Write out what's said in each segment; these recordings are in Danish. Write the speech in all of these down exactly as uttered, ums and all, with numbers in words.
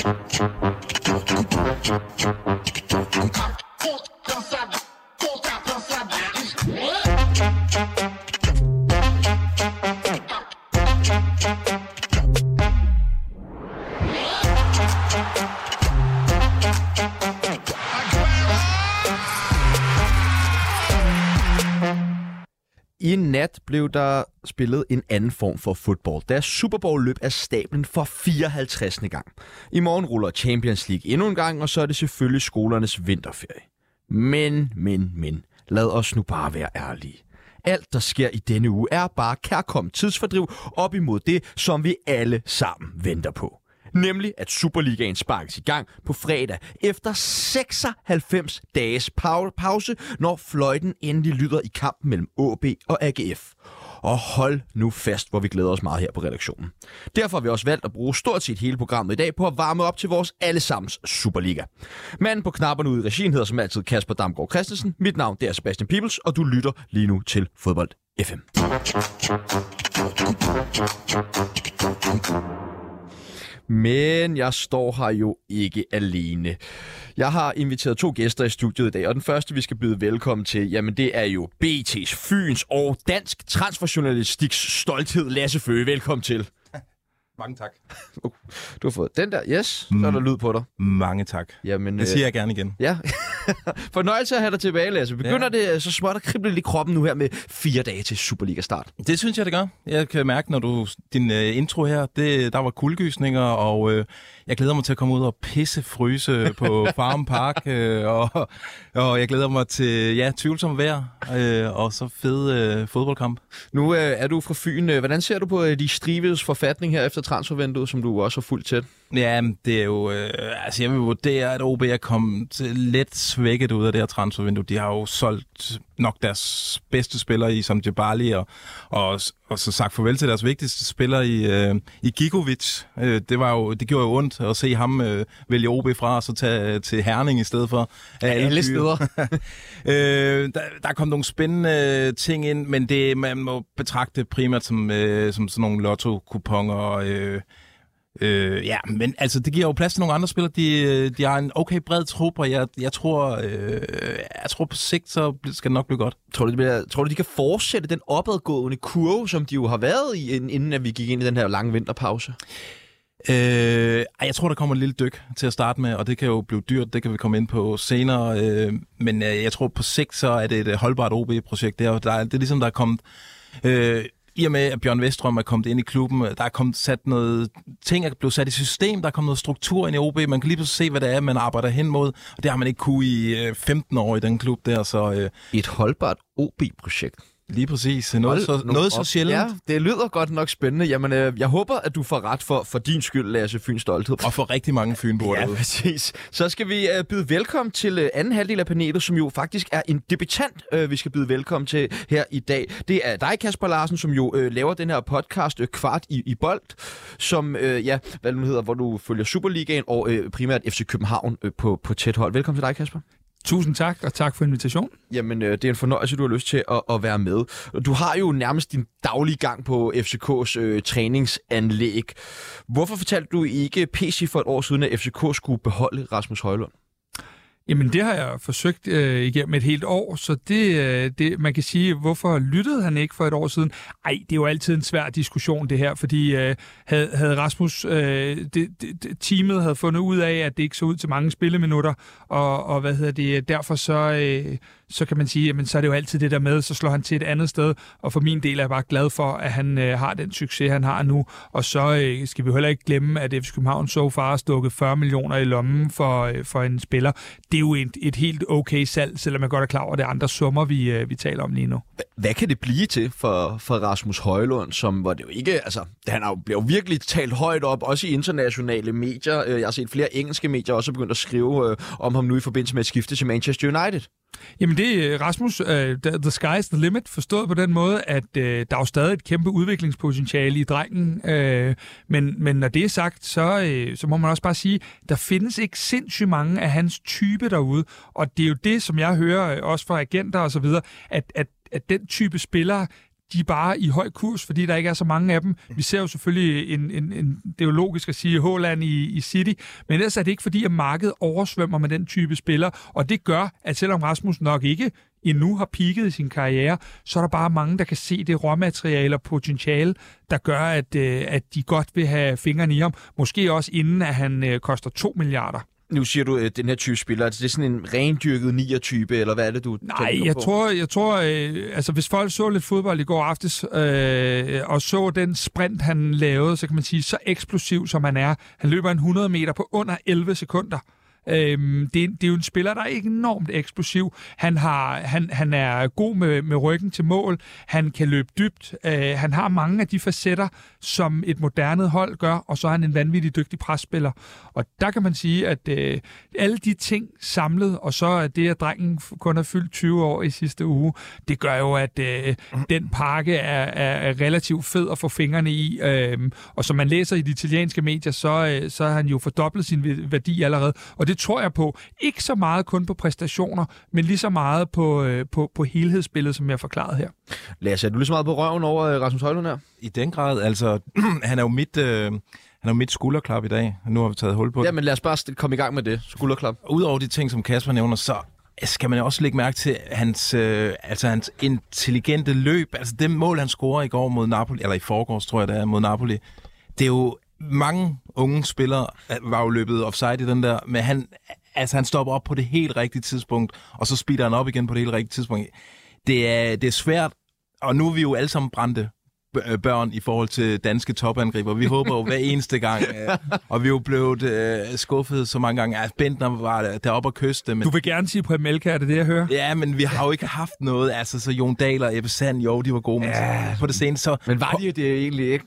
I nat blev der spillet en anden form for fodbold, da Super Bowl løb af stablen for fireoghalvtredsende gang. I morgen ruller Champions League endnu en gang, og så er det selvfølgelig skolernes vinterferie. Men, men, men, lad os nu bare være ærlige. Alt, der sker i denne uge, er bare kærkomment tidsfordriv op imod det, som vi alle sammen venter på. Nemlig, at Superligaen sparkes i gang på fredag efter seksoghalvfems dages pause, når fløjten endelig lyder i kampen mellem A B og A G F. Og hold nu fast, hvor vi glæder os meget her på redaktionen. Derfor har vi også valgt at bruge stort set hele programmet i dag på at varme op til vores allesammens Superliga. Manden på knapperne ude i regien hedder som altid Kasper Damgaard Christensen. Mit navn det er Sebastian Peebles, og du lytter lige nu til Fodbold F M. Men jeg står her jo ikke alene. Jeg har inviteret to gæster i studiet i dag, og den første, vi skal byde velkommen til, jamen det er jo B T's, Fyns og dansk transferjournalistiks stolthed, Lasse Føge. Velkommen til. Mange tak. Uh, du har fået den der, yes, så er der lyd på dig. Mange tak. Jamen, det siger jeg gerne igen. Ja. Fornøjelse at have dig tilbage, Lasse. Begynder ja. det så småt at krible lidt i kroppen nu her med fire dage til Superliga-start? Det synes jeg, det gør. Jeg kan mærke, når du din uh, intro her, det, der var kuldegysninger, og uh, jeg glæder mig til at komme ud og pisse fryse på Farm Park, uh, og, og jeg glæder mig til ja, tvivlsom vejr, uh, og så fed uh, fodboldkamp. Nu uh, er du fra Fyn. Hvordan ser du på uh, de strivedes forfatning her efter transfervinduet, som du også har fulgt tæt? Ja, det er jo... Øh, altså, jeg vil vurdere, at O B er kommet lidt svækket ud af det her transfervindue. De har jo solgt nok deres bedste spillere i, som Djibali, og, og, og så sagt farvel til deres vigtigste spillere i, øh, i Gigovic. Øh, det, var jo, det gjorde jo ondt at se ham øh, vælge O B fra, og så tage til Herning i stedet for. Ja, alle, alle steder. øh, der, der kom nogle spændende ting ind, men det, man må betragte det primært som, øh, som sådan nogle lotto-kuponer, øh, Øh, ja, men altså, det giver jo plads til nogle andre spillere. De, de har en okay bred trup, og jeg, jeg, tror, øh, jeg tror på sigt, så skal det nok blive godt. Tror du, de, bliver, tror du, de kan fortsætte den opadgående kurve, som de jo har været i, inden at vi gik ind i den her lange vinterpause? Øh, jeg tror, der kommer et lille dyk til at starte med, og det kan jo blive dyrt. Det kan vi komme ind på senere. Øh, men øh, jeg tror, på sigt, så er det et holdbart O B-projekt. Det er, der er, det er ligesom, der er kommet... Øh, I og med, at Bjørn Westrøm er kommet ind i klubben, der er kommet sat noget ting, er blevet sat i system, der er kommet noget struktur ind i O B. Man kan lige pludselig se, hvad det er, man arbejder hen mod, og det har man ikke kunne i femten år i den klub der. Så, øh, et holdbart O B-projekt. Lige præcis. Noget, så, noget så sjældent. Ja, det lyder godt nok spændende. Jamen, øh, jeg håber, at du får ret for, for din skyld, Lasse, Fyns stolthed. Og for rigtig mange fynboer ja, derude. Præcis. Så skal vi øh, byde velkommen til øh, anden halvdel af panelet, som jo faktisk er en debutant, øh, vi skal byde velkommen til her i dag. Det er dig, Kasper Larsen, som jo øh, laver den her podcast øh, Kvart i, i bold, som, øh, ja, hvad det nu hedder, hvor du følger Superligaen og øh, primært F C København øh, på, på tæt hold. Velkommen til dig, Kasper. Tusind tak, og tak for invitationen. Jamen, øh, det er en fornøjelse, du har lyst til at, at være med. Du har jo nærmest din daglige gang på F C K's øh, træningsanlæg. Hvorfor fortalte du ikke P C for et år siden, at F C K skulle beholde Rasmus Højlund? Jamen, det har jeg forsøgt øh, igennem et helt år, så det, øh, det, man kan sige, hvorfor lyttede han ikke for et år siden? Ej, det er jo altid en svær diskussion, det her, fordi øh, havde, havde Rasmus, øh, det, det, teamet havde fundet ud af, at det ikke så ud til mange spilleminutter, og, og hvad hedder det, derfor så, øh, så kan man sige, jamen, så er det jo altid det der med, så slår han til et andet sted, og for min del er jeg bare glad for, at han øh, har den succes, han har nu, og så øh, skal vi heller ikke glemme, at F C København so far har stukket fyrre millioner i lommen for, øh, for en spiller. Det er jo et, et helt okay salg, selvom jeg godt er klar over, at det er andre summer, vi, øh, vi taler om lige nu. Hvad kan det blive til for, for Rasmus Højlund, som hvor det jo ikke, altså, han har jo, bliver jo virkelig talt højt op, også i internationale medier. Jeg har set flere engelske medier også begyndt at skrive øh, om ham nu i forbindelse med at skifte til Manchester United. Jamen det er Rasmus, uh, the sky's the limit, forstået på den måde, at uh, der er jo stadig et kæmpe udviklingspotentiale i drengen, uh, men, men når det er sagt, så, uh, så må man også bare sige, der findes ikke sindssygt mange af hans type derude, og det er jo det, som jeg hører uh, også fra agenter og så videre, at, at, at den type spillere, de er bare i høj kurs, fordi der ikke er så mange af dem. Vi ser jo selvfølgelig, en, en, en, det er jo logisk at sige, Haaland i, i City, men ellers er det ikke fordi, at markedet oversvømmer med den type spiller, og det gør, at selvom Rasmus nok ikke endnu har peaket i sin karriere, så er der bare mange, der kan se det råmateriale og potentiale, der gør, at, at de godt vil have fingrene i ham. Måske også inden, at han koster to milliarder. Nu siger du, at den her type spiller, altså det er sådan en rendyrket nier-type, eller hvad er det, du Nej, tænker jeg på? tror, jeg tror øh, altså hvis folk så lidt fodbold i går aftes, øh, og så den sprint, han lavede, så kan man sige, så eksplosiv som han er. Han løber en hundrede meter på under elleve sekunder. Øhm, det, er, det er jo en spiller, der er enormt eksplosiv. Han, har, han, han er god med, med ryggen til mål. Han kan løbe dybt. Øh, han har mange af de facetter, som et moderne hold gør, og så er han en vanvittig dygtig presspiller. Og der kan man sige, at øh, alle de ting samlet, og så er det, at drengen kun har fyldt tyve år i sidste uge, det gør jo, at øh, den pakke er, er relativt fed at få fingrene i. Øh, og som man læser i de italienske medier, så, øh, så har han jo fordoblet sin værdi allerede. Og det Det tror jeg på. Ikke så meget kun på præstationer, men lige så meget på, øh, på, på helhedsbilledet, som jeg har forklaret her. Lasse, er du lige så meget på røven over øh, Rasmus Højlund her? I den grad, altså, han er jo mit, øh, han er jo mit skulderklap i dag. Nu har vi taget hul på det. Ja, men lad os bare komme i gang med det. Skulderklap. Udover de ting, som Kasper nævner, så skal man også lægge mærke til hans, øh, altså hans intelligente løb. Altså det mål, han scorer i går mod Napoli, eller i forgårs, tror jeg det er, mod Napoli. Det er jo mange unge spillere var jo løbet offside i den der, men han, altså han stopper op på det helt rigtige tidspunkt, og så speeder han op igen på det helt rigtige tidspunkt. Det er, det er svært, og nu er vi jo alle sammen brændte børn i forhold til danske topangriber. Vi håber jo hver eneste gang, og vi er jo blevet uh, skuffet så mange gange. Altså, Bentner var deroppe og kyste. Men... Du vil gerne sige på Melka, er det det, jeg hører? Ja, men vi har jo ikke haft noget. Altså, så Jon Dahl og Ebbe Sand, jo, de var gode, men ja. På det seneste så... Men var de det egentlig ikke?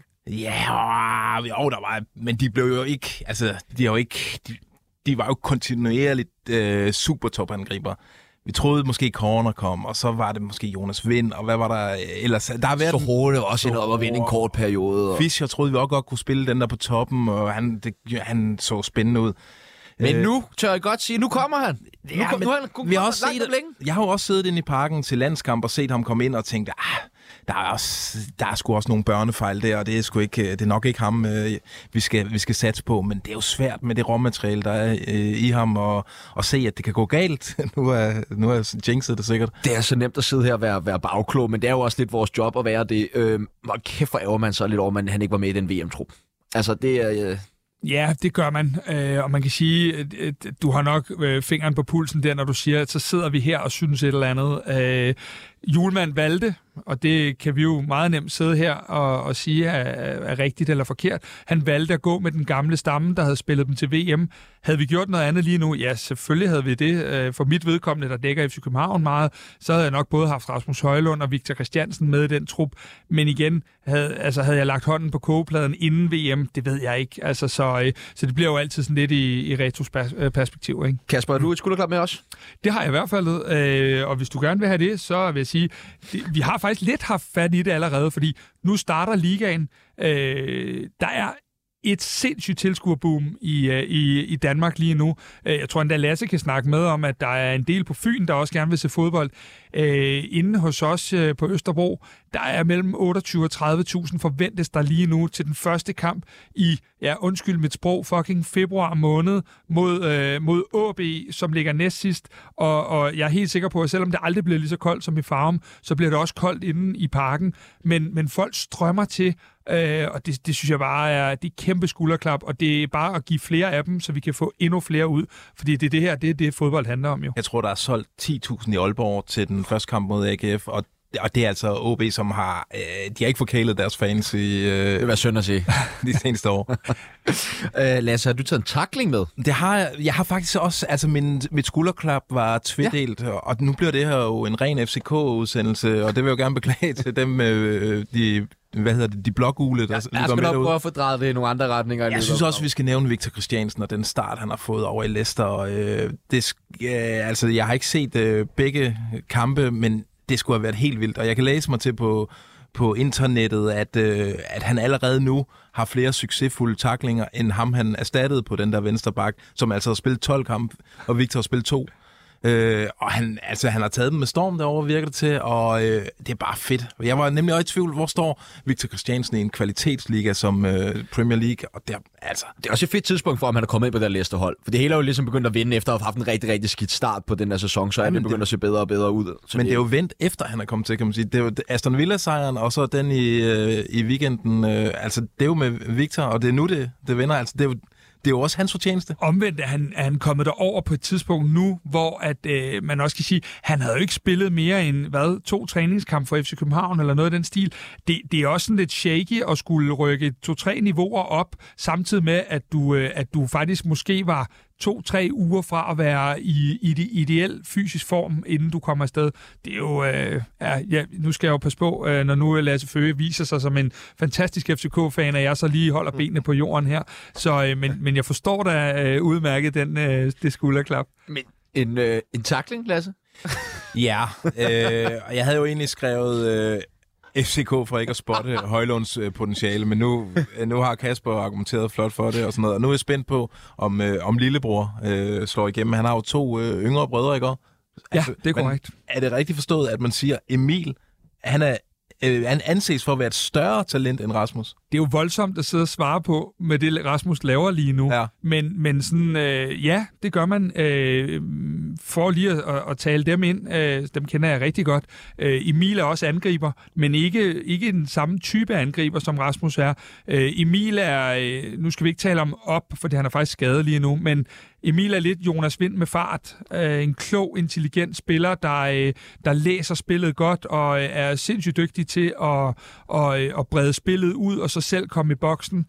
Ja, jo, der var, men de blev jo ikke, altså, de har jo ikke, de, de var jo kontinuerligt øh, super topangriber. Vi troede måske Corner kom, og så var det måske Jonas Vind, og hvad var der ellers? Der har været så hårdt også ind op og vinde en kort periode. Og... Fischer troede vi også godt kunne spille den der på toppen, og han, det, han så spændende ud. Men nu tør jeg godt sige, nu kommer han. Ja, nu, kom, men, nu, han, vi har også set, jeg har jo også siddet inde i parken til landskamp og set ham komme ind og tænkt, ah, der er, også, der er sgu også nogle børnefejl der, og det er, sgu ikke, det er nok ikke ham, øh, vi, skal, vi skal satse på. Men det er jo svært med det råmateriale, der er øh, i ham, og, og se, at det kan gå galt. nu er, nu er jinxet det sikkert. Det er så nemt at sidde her og være, være bagklog, men det er jo også lidt vores job at være det. Øh, hvor kæft hvor ærger man så lidt over, at han ikke var med i den V M-trup. Altså, det er... Øh... Ja, det gør man, øh, og man kan sige, at, at du har nok øh, fingeren på pulsen der, når du siger, at så sidder vi her og synes et eller andet. Øh, Hjulmand valgte, og det kan vi jo meget nemt sidde her og, og sige er, er rigtigt eller forkert. Han valgte at gå med den gamle stamme, der havde spillet dem til V M. Havde vi gjort noget andet lige nu? Ja, selvfølgelig havde vi det. For mit vedkommende, der dækker F C København meget, så havde jeg nok både haft Rasmus Højlund og Victor Christiansen med i den trup. Men igen, havde, altså, havde jeg lagt hånden på kogepladen inden V M, det ved jeg ikke. Altså, så, så det bliver jo altid sådan lidt i, i retroperspektiv, ikke? Kasper, er du et skulderklap med os? Det har jeg i hvert fald, øh, og hvis du gerne vil have det, så vil jeg sige, det, vi har faktisk lidt haft fat i det allerede, fordi nu starter ligaen. Øh, der er et sindssygt tilskuerboom i, i, i Danmark lige nu. Jeg tror endda Lasse kan snakke med om, at der er en del på Fyn, der også gerne vil se fodbold. Øh, inde hos os øh, på Østerbro, der er mellem otteogtyve og tredive tusind forventes der lige nu til den første kamp i, ja undskyld mit sprog, fucking februar måned mod, øh, mod A B, som ligger næst sidst. Og, og jeg er helt sikker på, at selvom det aldrig bliver lige så koldt som i Farum, så bliver det også koldt inde i parken. Men, men folk strømmer til, øh, og det, det synes jeg bare er, det er kæmpe skulderklap, og det er bare at give flere af dem, så vi kan få endnu flere ud. Fordi det er det her, det er det, fodbold handler om jo. Jeg tror, der er solgt ti tusind i Aalborg til den første kamp mod A G F, og Og det er altså O B, som har... Øh, de har ikke forkælet deres fans i... Øh, det vil være synd at se. de seneste år. øh, Lasse, har du taget en tackling med? Det har jeg. Jeg har faktisk også... Altså, min, mit skulderklap var tvedelt, ja. Og nu bliver det her jo en ren F C K-udsendelse, og det vil jeg jo gerne beklage til dem, øh, de... Hvad hedder det? De blågule, der ja, jeg skal nok prøve at få drejet det i nogle andre retninger. Jeg synes også, vi skal nævne Victor Christiansen og den start, han har fået over i Leicester. Og, øh, det, øh, altså, jeg har ikke set øh, begge kampe, men det skulle have været helt vildt. Og jeg kan læse mig til på, på internettet, at, øh, at han allerede nu har flere succesfulde tacklinger, end ham han erstattede på den der venstre bak, som altså har spillet tolv kampe, og Victor har spillet to. Øh, og han, altså, han har taget dem med storm derovre, virker det til, og øh, det er bare fedt. Jeg var nemlig også i tvivl, hvor står Victor Christiansen i en kvalitetsliga som øh, Premier League, og det er, altså... Det er også et fedt tidspunkt for, om han er kommet ind på det Leicester-hold. For det hele er jo ligesom begyndt at vinde, efter at have haft en rigtig, rigtig skidt start på den her sæson, så er det begyndt at se bedre og bedre ud. Så men det er jo vendt efter, han er kommet til, kan man sige. Det er jo Aston Villa-sejren, og så den i, øh, i weekenden. Øh, altså, det er jo med Victor, og det er nu, det, det vinder. Altså, det er jo Det er jo også hans fortjeneste. Omvendt er han, er han kommet derover på et tidspunkt nu, hvor at, øh, man også kan sige, han havde jo ikke spillet mere end hvad, to træningskampe for F C København eller noget af den stil. Det, det er også sådan lidt shaky at skulle rykke to-tre niveauer op, samtidig med, at du, øh, at du faktisk måske var to-tre uger fra at være i, i de ideel fysisk form, inden du kommer afsted. Det er jo... Øh, ja, ja, nu skal jeg jo passe på, øh, når nu Lasse Føge viser sig som en fantastisk F C K-fan, at jeg så lige holder benene på jorden her. Så, øh, men, men jeg forstår da øh, udmærket den, øh, det skulderklap. Men en, øh, en tackling, Lasse? Ja, øh, jeg havde jo egentlig skrevet... Øh, F C K for ikke at spotte Højlunds øh, potentiale, men nu, øh, nu har Kasper argumenteret flot for det og sådan noget, og nu er jeg spændt på, om, øh, om lillebror øh, slår igennem. Han har jo to øh, yngre brødre, ikke? Altså, ja, det er korrekt. Men, er det rigtigt forstået, at man siger, Emil, han er øh, han anses for at være et større talent end Rasmus? Det er jo voldsomt at sidde og svare på med det, Rasmus laver lige nu. Ja. Men, men sådan, øh, ja, det gør man. Øh, for lige at, at, at tale dem ind, øh, dem kender jeg rigtig godt. Øh, Emil er også angriber, men ikke, ikke den samme type angriber, som Rasmus er. Øh, Emil er, øh, nu skal vi ikke tale om op, for han er faktisk skadet lige nu, men Emil er lidt Jonas Vind med fart. Øh, en klog, intelligent spiller, der, øh, der læser spillet godt og øh, er sindssygt dygtig til at, at, at brede spillet ud og så selv komme i boksen.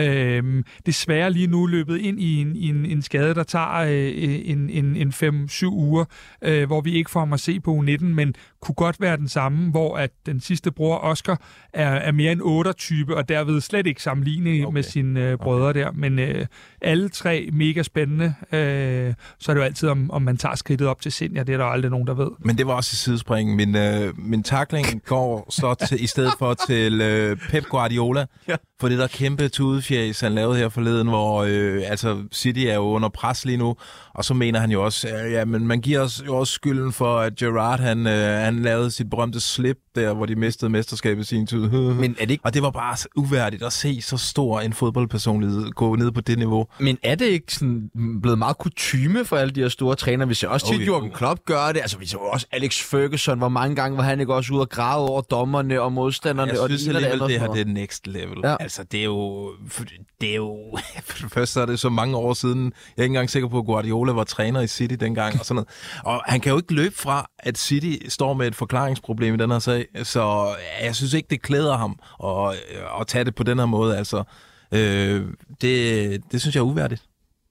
Øh, desværre lige nu løbet ind i en, i en, en skade, der tager øh, en, en, en fem syv uger, øh, hvor vi ikke får ham at se på U nitten, men kunne godt være den samme, hvor at den sidste bror, Oscar, er, er mere en otter-type, og derved slet ikke sammenlignet okay. med sine øh, brødre okay. der. Men øh, alle tre mega spændende. Øh, så er det jo altid, om, om man tager skridtet op til Senior. Det er der aldrig nogen, der ved. Men det var også i sidespringen. Min, øh, min tackling går så til, i stedet for til øh, Pep Guardiola. Ja. For det der kæmpe tudefjæs, han lavede her forleden, hvor øh, altså City er jo under pres lige nu. Og så mener han jo også, øh, ja, men man giver os jo også skylden for, at Gerrard, han, øh, han lavede sit berømte slip der, hvor de mistede mesterskabet i sin tid. Men er det ikke... Og det var bare uværdigt at se så stor en fodboldpersonlighed gå ned på det niveau. Men er det ikke sådan blevet meget kutyme for alle de her store trænere? Vi ser også tit, okay. Jürgen Klopp gør det. Altså, vi ser også Alex Ferguson, hvor mange gange var han ikke også ude og græde over dommerne og modstanderne. Jeg synes og det, alligevel, det her det er next level. Ja. Altså, det er jo... Det er jo... For det første så er det så mange år siden. Jeg er ikke engang sikker på, at Guardiola var træner i City dengang og sådan noget. Og han kan jo ikke løbe fra, at City står med et forklaringsproblem i den her sag. Så jeg synes ikke, det klæder ham at, at tage det på den her måde. Altså, øh, det, det synes jeg er uværdigt.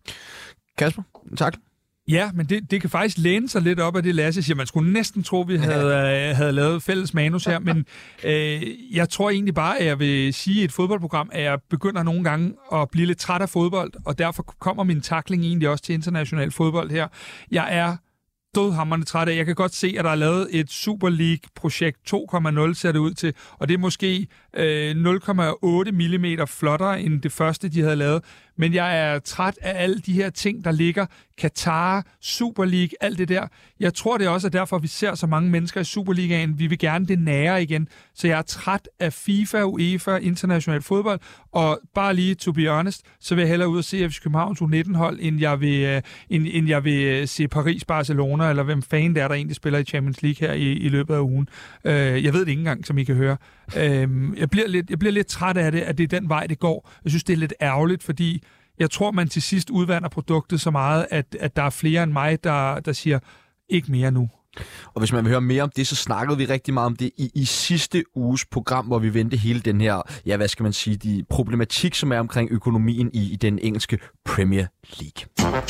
Kasper, tak. Ja, men det, det kan faktisk læne sig lidt op af det, Lasse siger. Man skulle næsten tro, vi havde, øh, havde lavet fælles manus her, men øh, jeg tror egentlig bare, at jeg vil sige i et fodboldprogram, at jeg begynder nogle gange at blive lidt træt af fodbold, og derfor kommer min tackling egentlig også til international fodbold her. Jeg er dødhamrende træt af. Jeg kan godt se, at der er lavet et Super League-projekt to komma nul, ser det ud til, og det er måske øh, nul komma otte millimeter flottere end det første, de havde lavet. Men jeg er træt af alle de her ting, der ligger. Katar, Super League, alt det der. Jeg tror, det er også derfor, vi ser så mange mennesker i Superligaen. Vi vil gerne det nære igen. Så jeg er træt af FIFA, UEFA, international fodbold. Og bare lige, to be honest, så vil jeg hellere ud og se F C Københavns U nitten-hold, end jeg vil, end, end jeg vil se Paris-Barcelona, eller hvem fanden det er, der egentlig spiller i Champions League her i, i løbet af ugen. Uh, jeg ved det ikke engang, som I kan høre. Uh, jeg, bliver lidt, jeg bliver lidt træt af det, at det er den vej, det går. Jeg synes, det er lidt ærgerligt, fordi jeg tror, man til sidst udvander produktet så meget, at, at der er flere end mig, der, der siger, ikke mere nu. Og hvis man vil høre mere om det, så snakkede vi rigtig meget om det i, i sidste uges program, hvor vi vendte hele den her, ja, hvad skal man sige, de problematik, som er omkring økonomien i, i den engelske Premier League.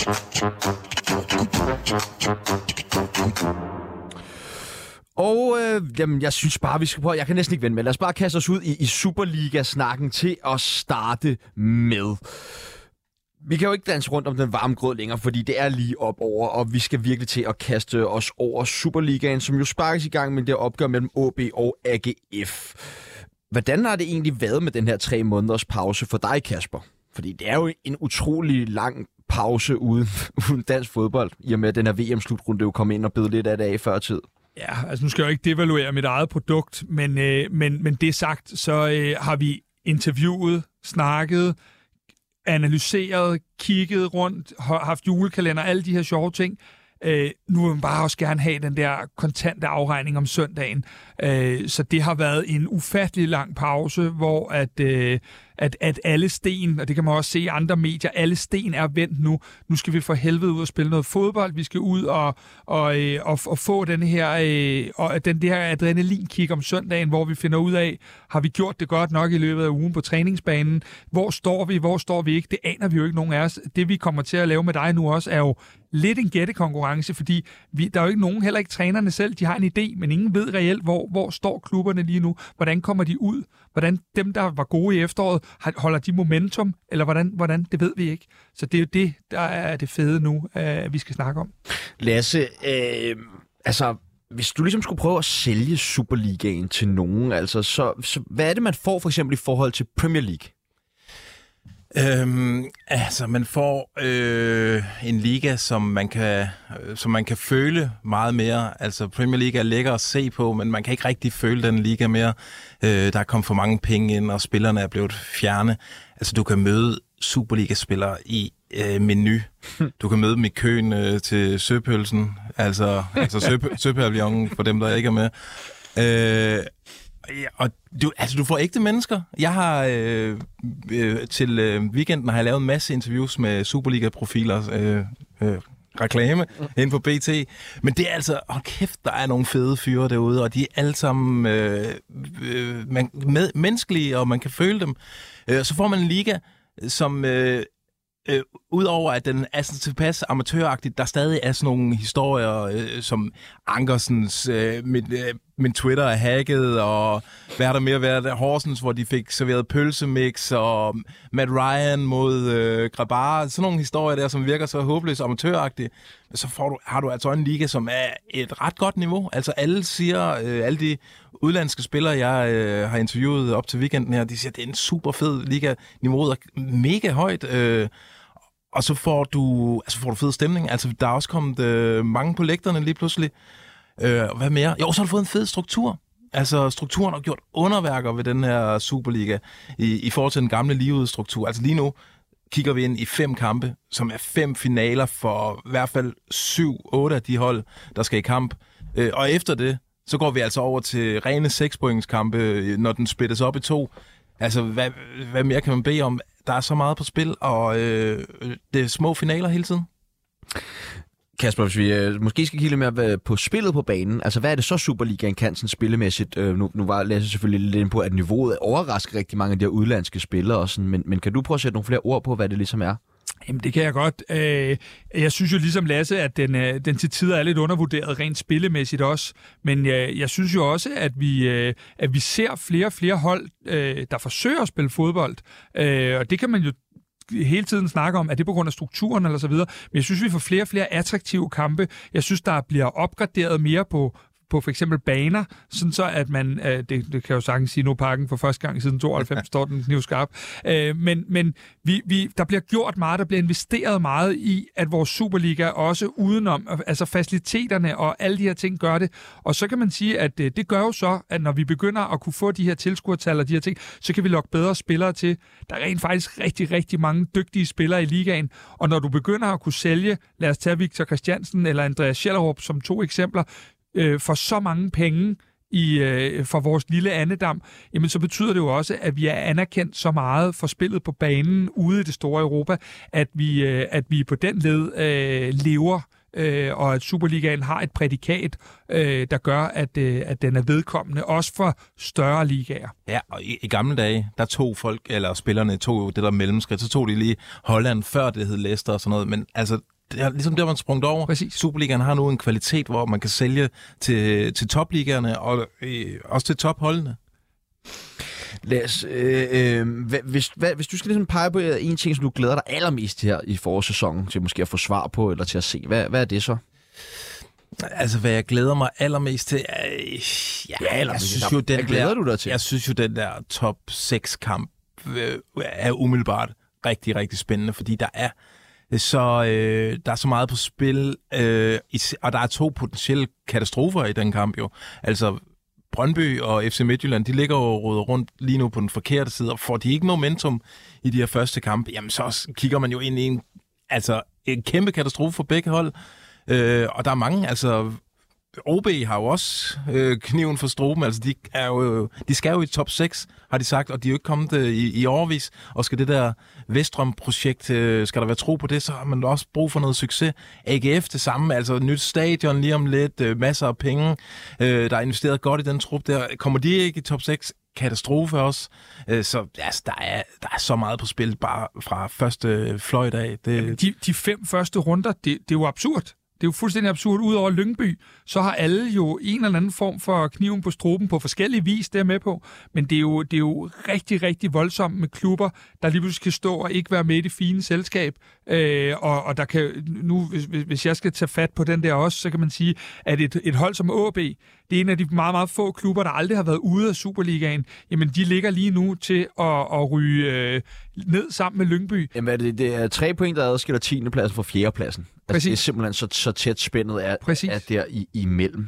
Og øh, jamen, jeg synes bare, vi skal prøve, jeg kan næsten ikke vente med, lad os bare kaste os ud i, i Superliga-snakken til at starte med. Vi kan jo ikke danse rundt om den varme grød længere, fordi det er lige op over, og vi skal virkelig til at kaste os over Superligaen, som jo sparkes i gang med det opgør mellem O B og A G F. Hvordan har det egentlig været med den her tre måneders pause for dig, Kasper? Fordi det er jo en utrolig lang pause uden, uden dansk fodbold, i og med at den her V M-slutrunde jo kom ind og bed lidt af det af før tid? Ja, altså nu skal jeg jo ikke devaluere mit eget produkt, men, øh, men, men det sagt, så øh, har vi interviewet, snakket, analyseret, kigget rundt, haft julekalender, alle de her sjove ting. Øh, nu vil man bare også gerne have den der kontante afregning om søndagen. Øh, så det har været en ufattelig lang pause, hvor at, øh, at, at alle sten, og det kan man også se i andre medier, alle sten er vendt nu. Nu skal vi for helvede ud og spille noget fodbold. Vi skal ud og, og, øh, og, og få den her, øh, og den der adrenalinkick om søndagen, hvor vi finder ud af, har vi gjort det godt nok i løbet af ugen på træningsbanen? Hvor står vi? Hvor står vi ikke? Det aner vi jo ikke nogen af os. Det vi kommer til at lave med dig nu også, er jo lidt en gættekonkurrence, fordi vi, der er jo ikke nogen, heller ikke trænerne selv, de har en idé, men ingen ved reelt, hvor, hvor står klubberne lige nu, hvordan kommer de ud, hvordan dem, der var gode i efteråret, holder de momentum, eller hvordan, hvordan det ved vi ikke. Så det er jo det, der er det fede nu, uh, vi skal snakke om. Lasse, øh, altså, hvis du ligesom skulle prøve at sælge Superligaen til nogen, altså, så, så hvad er det, man får for eksempel i forhold til Premier League? Øhm, altså, man får øh, en liga, som man kan, øh, som man kan føle meget mere. Altså, Premier League er lækker at se på, men man kan ikke rigtig føle den liga mere. Øh, der er kommet for mange penge ind, og spillerne er blevet fjerne. Altså, du kan møde Superliga-spillere i øh, menu. Du kan møde dem i køen øh, til søpølsen. Altså, altså søp- søpavillonen for dem, der ikke er med. Øh, Ja, og du, altså, du får ægte mennesker. Jeg har øh, øh, til øh, weekenden har jeg lavet en masse interviews med Superliga-profiler, øh, øh, reklame mm. inde på B T. Men det er altså, hold kæft, der er nogle fede fyre derude, og de er alle sammen øh, øh, man, med, menneskelige, og man kan føle dem. Øh, så får man en liga, som... Øh, Øh, Udover at den er sådan tilpas amatøragtigt, der stadig er sådan nogle historier, øh, som Ankersens, øh, min, øh, min Twitter er hacket, og hvad har der mere været? Horsens, hvor de fik serveret pølsemix, og Matt Ryan mod øh, Grabar. Sådan nogle historier der, som virker så håbløst amatøragtige. Så får du, har du altså en liga, som er et ret godt niveau. Altså alle siger, øh, alle de udlandske spillere, jeg øh, har interviewet op til weekenden her, de siger, at det er en super fed liga. Niveauet er mega højt. Øh, Og så får du, altså får du fed stemning. Altså, der er også kommet øh, mange på lægterne lige pludselig. Øh, hvad mere? Jo, så har du fået en fed struktur. Altså, strukturen har gjort underværker ved den her Superliga i, i forhold til den gamle livudstruktur. Altså lige nu kigger vi ind i fem kampe, som er fem finaler for i hvert fald syv, otte af de hold, der skal i kamp. Øh, og efter det, så går vi altså over til rene sekspointskampe, når den splittes op i to. Altså, hvad, hvad mere kan man bede om? Der er så meget på spil, og øh, det er små finaler hele tiden. Kasper, hvis vi øh, måske skal kigge lidt mere på spillet på banen, altså hvad er det så Superligaen kan sådan spillemæssigt? Øh, nu, nu var Lasse selvfølgelig lidt inde på, at niveauet overrasker rigtig mange af de her udlandske spillere, og sådan, men, men kan du prøve at sætte nogle flere ord på, hvad det ligesom er? Jamen, det kan jeg godt. Jeg synes jo ligesom Lasse, at den, den til tider er lidt undervurderet rent spillemæssigt også. Men jeg, jeg synes jo også, at vi, at vi ser flere og flere hold, der forsøger at spille fodbold. Og det kan man jo hele tiden snakke om, er det på grund af strukturen eller så videre. Men jeg synes, vi får flere og flere attraktive kampe. Jeg synes, der bliver opgraderet mere på på for eksempel baner, sådan så at man, øh, det, det kan jo sagtens sige nu Parken for første gang siden tooghalvfems står den knivskarp, øh, men, men vi, vi, der bliver gjort meget, der bliver investeret meget i, at vores Superliga også udenom, altså faciliteterne og alle de her ting gør det, og så kan man sige, at øh, det gør jo så, at når vi begynder at kunne få de her tilskuertal og de her ting, så kan vi lokke bedre spillere til. Der er rent faktisk rigtig, rigtig mange dygtige spillere i ligaen, og når du begynder at kunne sælge, lad os tage Victor Christiansen eller Andreas Schellerup som to eksempler, øh, for så mange penge i, øh, for vores lille andedam, jamen så betyder det jo også, at vi er anerkendt så meget for spillet på banen ude i det store Europa, at vi, øh, at vi på den led øh, lever, øh, og at Superligaen har et prædikat, øh, der gør, at, øh, at den er vedkommende, også for større ligaer. Ja, og i, i gamle dage, der tog folk, eller spillerne tog det der mellemskridt, så tog de lige Holland, før det hed Leicester og sådan noget, men altså, det er ligesom der, man sprunget over. Præcis. Superligaen har nu en kvalitet, hvor man kan sælge til, til topligaerne og øh, også til topholdene. Lad os, øh, øh, hvis, hvad, hvis du skal ligesom pege på en ting, som du glæder dig allermest her i forårssæsonen, til måske at få svar på, eller til at se, hvad, hvad er det så? Altså, hvad jeg glæder mig allermest til, er, ja, ja jeg synes jo, den hvad glæder der, du dig til? Jeg synes jo, den der top seks kamp øh, er umiddelbart rigtig, rigtig spændende, fordi der er Så øh, der er så meget på spil, øh, og der er to potentielle katastrofer i den kamp jo. Altså Brøndby og F C Midtjylland, de ligger jo rodet rundt lige nu på den forkerte side, og får de ikke momentum i de her første kampe, jamen så kigger man jo ind i en, altså, en kæmpe katastrofe for begge hold. Øh, og der er mange, altså O B har jo også øh, kniven for struben, altså de, er jo, de skal jo i top seks, har de sagt, og de er jo ikke kommet øh, i, i årevis, og skal det der Veststrøm-projekt, øh, skal der være tro på det, så har man også brug for noget succes. A G F det samme, altså nyt stadion lige om lidt, øh, masser af penge, øh, der er investeret godt i den trup der. Kommer de ikke i top seks? Katastrofe også. Øh, så altså, der, er, der er så meget på spil bare fra første fløjt af. Det... Jamen, de, de fem første runder, det, det er jo absurd. Det er jo fuldstændig absurd. Udover Lyngby, så har alle jo en eller anden form for kniven på struben på forskellige vis, det er med på. Men det er, jo, det er jo rigtig, rigtig voldsomt med klubber, der lige pludselig kan stå og ikke være med i det fine selskab. Øh, og, og der kan, nu, hvis, hvis jeg skal tage fat på den der også, så kan man sige, at et, et hold som A B, det er en af de meget, meget få klubber, der aldrig har været ude af Superligaen. Jamen, de ligger lige nu til at, at ryge øh, ned sammen med Lyngby. Jamen, er det, det er tre point, der adskiller tiende pladsen fra fjerde pladsen. Altså, det er simpelthen så, så tæt spændet er, er der i, imellem.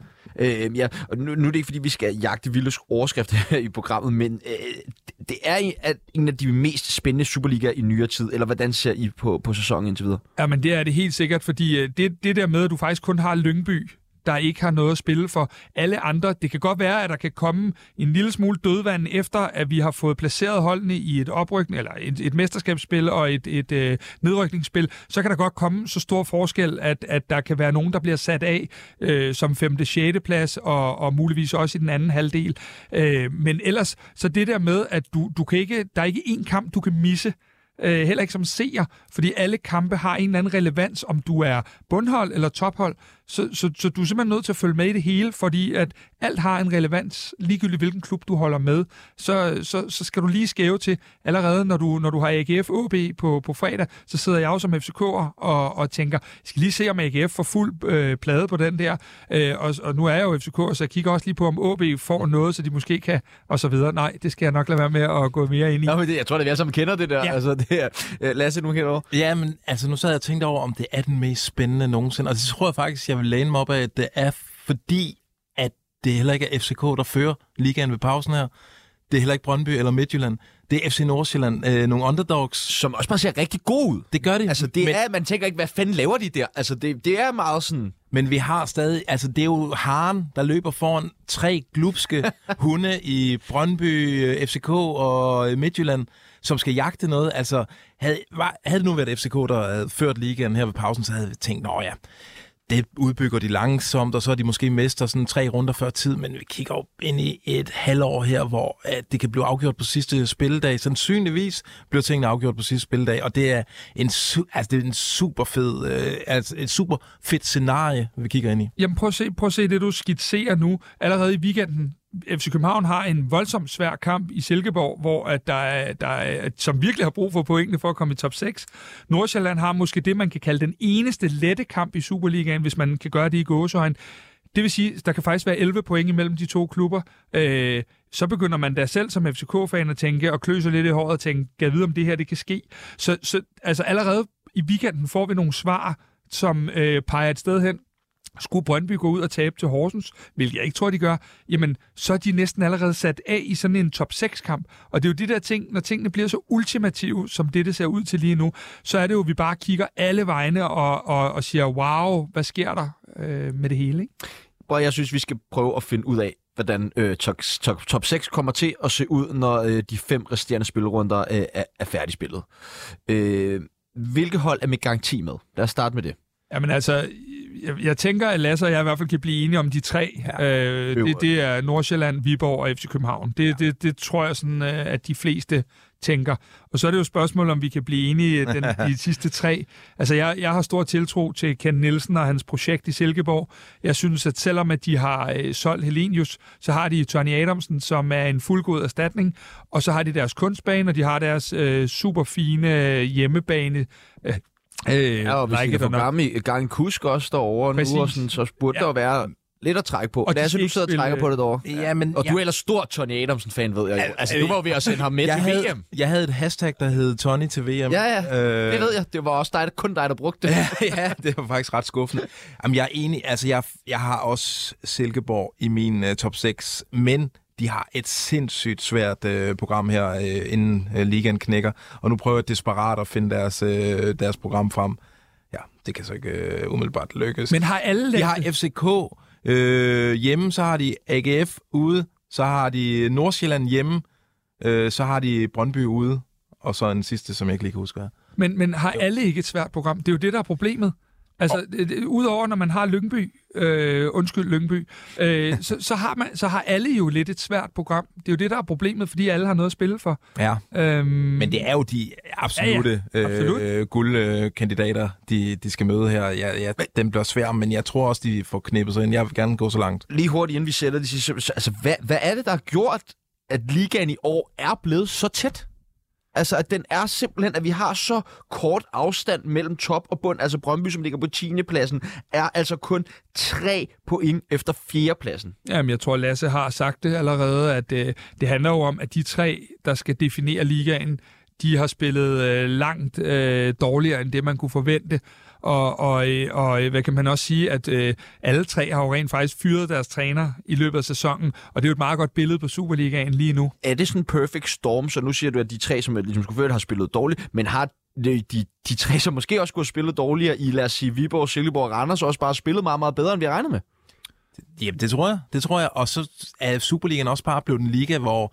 Øh, ja, og nu, nu er det ikke, fordi vi skal jagte vilde overskrifter her i programmet, men øh, det er en af, en af de mest spændende Superligaer i nyere tid, eller hvordan ser I på, på sæsonen indtil videre? Ja, men det er det helt sikkert, fordi det, det der med, at du faktisk kun har Lyngby, der ikke har noget at spille for alle andre. Det kan godt være, at der kan komme en lille smule dødvand efter, at vi har fået placeret holdene i et oprykning, eller et, et mesterskabsspil og et, et øh, nedrykningsspil. Så kan der godt komme så stor forskel, at, at der kan være nogen, der bliver sat af øh, som femte, sjette plads, og, og muligvis også i den anden halvdel. Øh, men ellers, så det der med, at du, du kan ikke, der er ikke én kamp, du kan misse. Øh, heller ikke som seer, fordi alle kampe har en eller anden relevans, om du er bundhold eller tophold. Så, så, så du er simpelthen nødt til at følge med i det hele, fordi at alt har en relevans, ligegyldigt hvilken klub du holder med. Så, så, så skal du lige skæve til, allerede når du, når du har A G F A B på, på fredag, så sidder jeg jo som F C K'er og, og tænker, jeg skal lige se, om A G F får fuld øh, plade på den der. Øh, og, og nu er jeg jo F C K'er, så jeg kigger også lige på, om A B får noget, så de måske kan, og så videre. Nej, det skal jeg nok lade være med at gå mere ind i. Nå, men det, jeg tror, det er vi alle sammen kender det der. Ja. Altså, det er, uh, Lasse, nu kender du. Ja, men altså, nu sad jeg og tænkte over, om det er den mest spændende nogensinde. Og det tror jeg faktisk, jeg vil læne mig op af, at det er fordi, at det heller ikke er F C K, der fører ligaen ved pausen her. Det er heller ikke Brøndby eller Midtjylland. Det er F C Nordsjælland, øh, nogle underdogs. Som også bare ser rigtig god ud. Det gør det. Altså, det men... er, man tænker ikke, hvad fanden laver de der? Altså, det, det er meget sådan... Men vi har stadig, altså det er jo Haren, der løber foran tre glupske hunde i Brøndby, F C K og Midtjylland, som skal jagte noget. Altså, havde, var, havde det nu været F C K, der havde ført ligaen her ved pausen, så havde vi tænkt, nå ja, det udbygger de langsomt, og så er de måske mester sådan tre runder før tid, men vi kigger op ind i et halvår her, hvor at det kan blive afgjort på sidste spilledag. Sandsynligvis bliver tingene afgjort på sidste spilledag, og det er en, su- altså det er en super fed, øh, altså et super fedt scenarie, vi kigger ind i. Jamen prøv at se, prøv at se det, du skitserer nu. Allerede i weekenden, F C København har en voldsomt svær kamp i Silkeborg, hvor at der er, der er, som virkelig har brug for pointene for at komme i top seks. Nordsjælland har måske det, man kan kalde den eneste lette kamp i Superligaen, hvis man kan gøre det i gåseøjne. Det vil sige, der kan faktisk være elleve point imellem de to klubber. Øh, så begynder man da selv som F C K-fan at tænke, og klø sig lidt i håret og tænke, kan jeg vide, om det her det kan ske? Så, så altså allerede i weekenden får vi nogle svar, som øh, peger et sted hen. Skulle Brøndby gå ud og tabe til Horsens, hvilket jeg ikke tror, de gør, jamen, så er de næsten allerede sat af i sådan en top seks-kamp. Og det er jo de der ting, når tingene bliver så ultimative, som det, det ser ud til lige nu, så er det jo, at vi bare kigger alle vegne og, og, og siger, wow, hvad sker der øh, med det hele, ikke? Og jeg synes, vi skal prøve at finde ud af, hvordan øh, top, top, top seks kommer til at se ud, når øh, de fem resterende spillerunder øh, er, er færdigspillet. Øh, hvilke hold er med garanti med? Lad os starte med det. Jamen altså, jeg, jeg tænker, at Lasse og jeg i hvert fald kan blive enige om de tre. Ja, øh, det, det er Nordsjælland, Viborg og F C København. Det, ja. det, det tror jeg sådan, at de fleste tænker. Og så er det jo et spørgsmål, om vi kan blive enige i den, de sidste tre. Altså, jeg, jeg har stor tiltro til Ken Nielsen og hans projekt i Silkeborg. Jeg synes, at selvom at de har øh, solgt Helenius, så har de Tony Adamsen, som er en fuldgod erstatning. Og så har de deres kunstbane, og de har deres øh, superfine hjemmebane. Øh, Øh, ja, og hvis de kan få gang i gang Kusk også derovre nu, og sådan, så burde ja. der være lidt at trække på. Og Lasse, de du ikke sidder og spille- trækker på det derovre. Ja, men Og jeg, du er ellers stor Tony Adamsen-fan, ved jeg jo. Altså, øh, du var jo ved at sende ham med jeg til havde, V M. jeg havde et hashtag, der hed Tony til V M. Ja, ja, øh, det ved jeg. Det var også dig, kun dig, der brugte det. ja, ja, det var faktisk ret skuffende. Jamen, jeg er enig. Altså, jeg, jeg har også Silkeborg i min uh, top seks, men de har et sindssygt svært uh, program her, uh, inden uh, ligaen knækker. Og nu prøver jeg desperat at finde deres, uh, deres program frem. Ja, det kan så ikke uh, umiddelbart lykkes. Men har alle De har F C K øh, hjemme, så har de A G F ude, så har de Nordsjælland hjemme, øh, så har de Brøndby ude, og så en sidste, som jeg ikke lige kan huske. Men, men har alle ikke et svært program? Det er jo det, der er problemet. Altså, oh. udover når man har Lyngby, øh, undskyld Lyngby, øh, så, så, har man, så har alle jo lidt et svært program. Det er jo det, der er problemet, fordi alle har noget at spille for. Ja, Øhm, men det er jo de absolute ja, ja. Absolut. øh, guldkandidater, de, de skal møde her. Ja, ja, den bliver svær, men jeg tror også, de får knippet sig ind. Jeg vil gerne gå så langt. Lige hurtigt, inden vi sætter det sidste. Altså, hvad, hvad er det, der har gjort, at ligaen i år er blevet så tæt? Altså, at den er simpelthen, at vi har så kort afstand mellem top og bund. Altså, Brøndby, som ligger på tiende pladsen, er altså kun tre point efter fjerde pladsen. Jamen, jeg tror, Lasse har sagt det allerede, at øh, det handler jo om, at de tre, der skal definere ligaen, de har spillet øh, langt øh, dårligere end det, man kunne forvente. Og, og, og hvad kan man også sige, at øh, alle tre har jo rent faktisk fyret deres træner i løbet af sæsonen, og det er jo et meget godt billede på Superligaen lige nu. Er det sådan en perfect storm, så nu siger du, at de tre, som ligesom skulle føre, har spillet dårligt, men har de, de, de tre, som måske også skulle have spillet dårligere i, lad os sige, Viborg, Silkeborg og Randers, også bare spillet meget, meget bedre, end vi har regnet med? Jamen, det tror jeg. Det tror jeg. Og så er Superligaen også bare blevet en liga, hvor,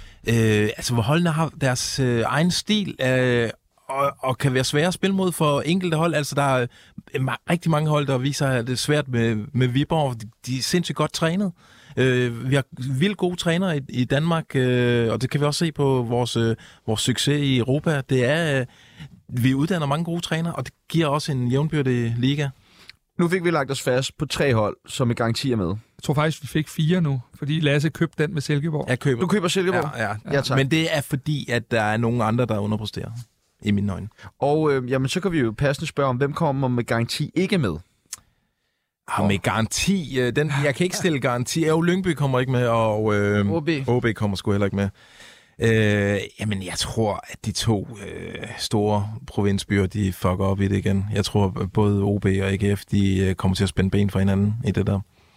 øh, altså, hvor holdene har deres øh, egen stil, øh, Og, og kan være svære at spille mod for enkelte hold. Altså, der er rigtig mange hold, der viser, at det er svært med, med Viborg. De, de er sindssygt godt trænet. Øh, vi har vildt gode trænere i, i Danmark, øh, og det kan vi også se på vores, øh, vores succes i Europa. Det er, øh, vi uddanner mange gode trænere, og det giver også en jævnbyrdig liga. Nu fik vi lagt os fast på tre hold, som i garanti er med. Jeg tror faktisk, vi fik fire nu, fordi Lasse købte den med Silkeborg. Jeg køber. Du køber Silkeborg? Ja, ja. Ja, tak. Men det er fordi, at der er nogle andre, der underpresterer. I mine øjne. Og øh, jamen, så kan vi jo passende spørge om, hvem kommer med garanti ikke med? Ah, med garanti? Øh, den, jeg kan ikke stille garanti. Jo, Lyngby kommer ikke med, og øh, O B. O B kommer sgu heller ikke med. Øh, jamen, jeg tror, at de to øh, store provinsbyer, de fucker op i det igen. Jeg tror, at både O B og A G F, de øh, kommer til at spænde ben for hinanden i det der.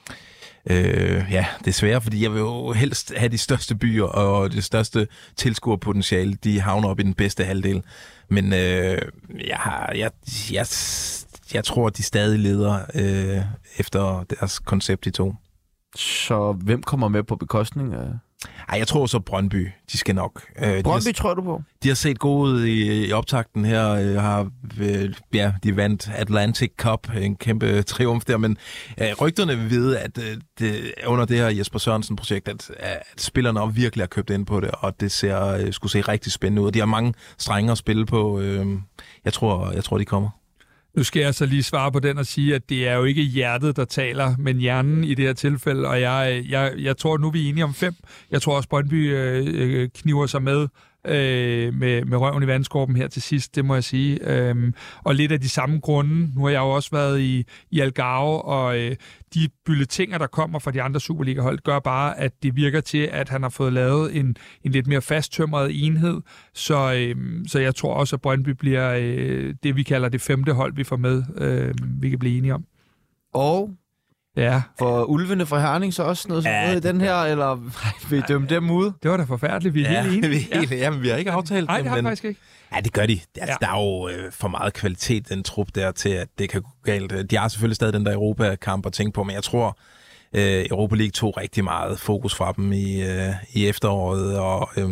Øh, ja, det er svært, fordi jeg vil jo helst have de største byer og det største tilskuerpotentiale. De havner op i den bedste halvdel. Men øh, jeg, har, jeg, jeg, jeg tror, at de stadig leder øh, efter deres koncept, de to. Så hvem kommer med på bekostning af... Ej, jeg tror så Brøndby, de skal nok. Øh, Brøndby de har, tror du på? De har set gode ud i, i optakten her. Øh, har, øh, ja, de vandt Atlantic Cup, en kæmpe triumf der, men øh, rygterne vil vide, at øh, det, under det her Jesper Sørensen-projekt, at, at spillerne virkelig har købt ind på det, og det ser, øh, skulle se rigtig spændende ud. De har mange strenge at spille på. Øh, jeg, tror, jeg tror, de kommer. Nu skal jeg så lige svare på den og sige, at det er jo ikke hjertet, der taler, men hjernen i det her tilfælde. Og jeg, jeg, jeg tror, nu er vi enige om fem. Jeg tror også, Brøndby øh, kniver sig med, øh, med med røven i vandskorben her til sidst, det må jeg sige. Øhm, og lidt af de samme grunde. Nu har jeg jo også været i, i Algarve, og øh, de bulletiner, der kommer fra de andre Superliga-hold, gør bare, at det virker til, at han har fået lavet en, en lidt mere fasttømret enhed. Så, øh, så jeg tror også, at Brøndby bliver øh, det, vi kalder det femte hold, vi får med, øh, vi kan blive enige om. Og ja. For ulvene fra Herning så også noget, ja, noget i den her, eller vil I dømme dem ud? Det var da forfærdeligt, vi er ja, helt enige. Vi er helt, ja. Jamen, vi har ikke aftalt Nej, det. det har men... vi faktisk ikke. Ja, det gør de. Altså, Ja. Der er jo øh, for meget kvalitet, den trup der, til at det kan gå galt. De har selvfølgelig stadig den der Europa-kamp at tænke på, men jeg tror, øh, Europa League tog rigtig meget fokus fra dem i, øh, i efteråret. Og øh,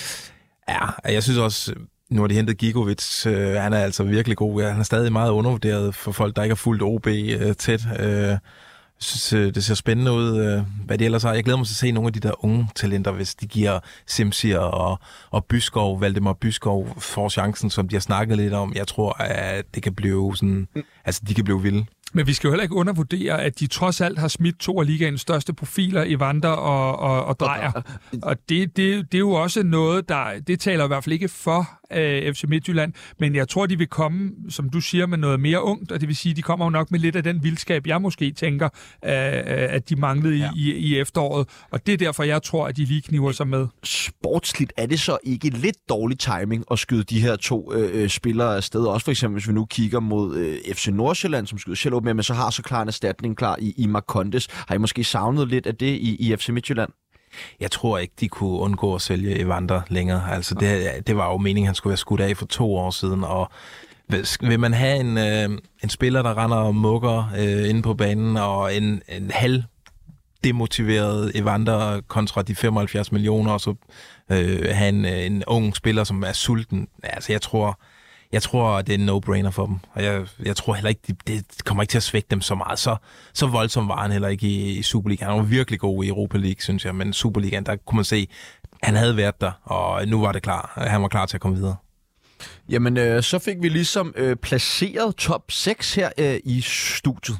ja, jeg synes også, nu har de hentet Gigovic. Øh, han er altså virkelig god. Ja, han er stadig meget undervurderet for folk, der ikke har fulgt O B øh, tæt. Øh, Jeg synes, det ser spændende ud, hvad de ellers har. Jeg glæder mig til at se nogle af de der unge talenter, hvis de giver Simsier og, og Byskov, Valdemar Byskov, får chancen, som de har snakket lidt om. Jeg tror, at det kan blive sådan, altså de kan blive vilde. Men vi skal jo heller ikke undervurdere, at de trods alt har smidt to af ligaens største profiler i Vander og, og, og Drejer. Og det, det, det er jo også noget, der det taler i hvert fald ikke for, øh, F C Midtjylland, men jeg tror, de vil komme, som du siger, med noget mere ungt, og det vil sige, de kommer jo nok med lidt af den vildskab, jeg måske tænker, øh, at de manglede ja. i, i efteråret, og det er derfor, jeg tror, at de lige kniver sig med. Sportsligt er det så ikke lidt dårlig timing at skyde de her to øh, spillere afsted, også for eksempel, hvis vi nu kigger mod øh, F C Nordsjælland, som skyder selv op med, men så har så klar en erstatning klar i, i Marcondes. Har I måske savnet lidt af det i, i F C Midtjylland? Jeg tror ikke, de kunne undgå at sælge Evander længere. Altså, det, det var jo meningen, han skulle være skudt af for to år siden, og vil man have en, øh, en spiller, der render og mukker øh, inde på banen, og en, en halv demotiveret Evander kontra de femoghalvfjerds millioner, og så øh, have en, en ung spiller, som er sulten. Altså, jeg tror, jeg tror det er en no-brainer for dem. Og jeg, jeg tror heller ikke, det, det kommer ikke til at svække dem så meget. Så, så voldsomt var han heller ikke i, i Superligaen. Han var virkelig god i Europa League, synes jeg. Men Superligaen, der kunne man se, han havde været der, og nu var det klar. Han var klar til at komme videre. Jamen, øh, så fik vi ligesom øh, placeret top seks her øh, i studiet.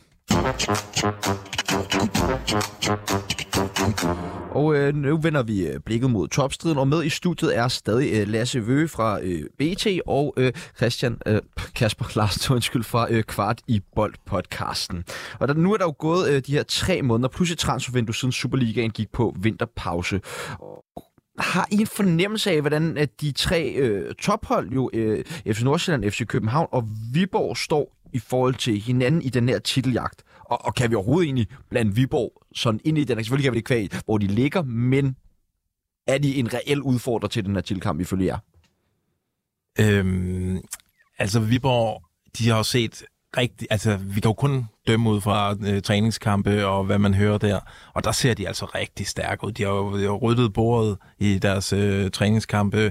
Og øh, nu vender vi øh, blikket mod topstriden, og med i studiet er stadig øh, Lasse Vøge fra øh, B T og øh, Christian øh, Kasper Larsen undskyld, fra øh, Kvart i Bold-podcasten. Og der, nu er der jo gået øh, de her tre måneder, plus et transfervindue siden Superligaen gik på vinterpause. Har I en fornemmelse af, hvordan at de tre øh, tophold, jo øh, F C Nordsjælland, F C København og Viborg, står i forhold til hinanden i den her titeljagt? Og, og kan vi overhovedet egentlig blande Viborg sådan ind i den? Selvfølgelig kan vi det kvæg, hvor de ligger, men er de en reel udfordrer til den her titelkamp, ifølge jer? Øhm, altså Viborg, de har jo set rigtig, altså vi kan jo kun dømme ud fra øh, træningskampe og hvad man hører der, og der ser de altså rigtig stærke ud. De har jo, de har ryddet bordet i deres øh, træningskampe,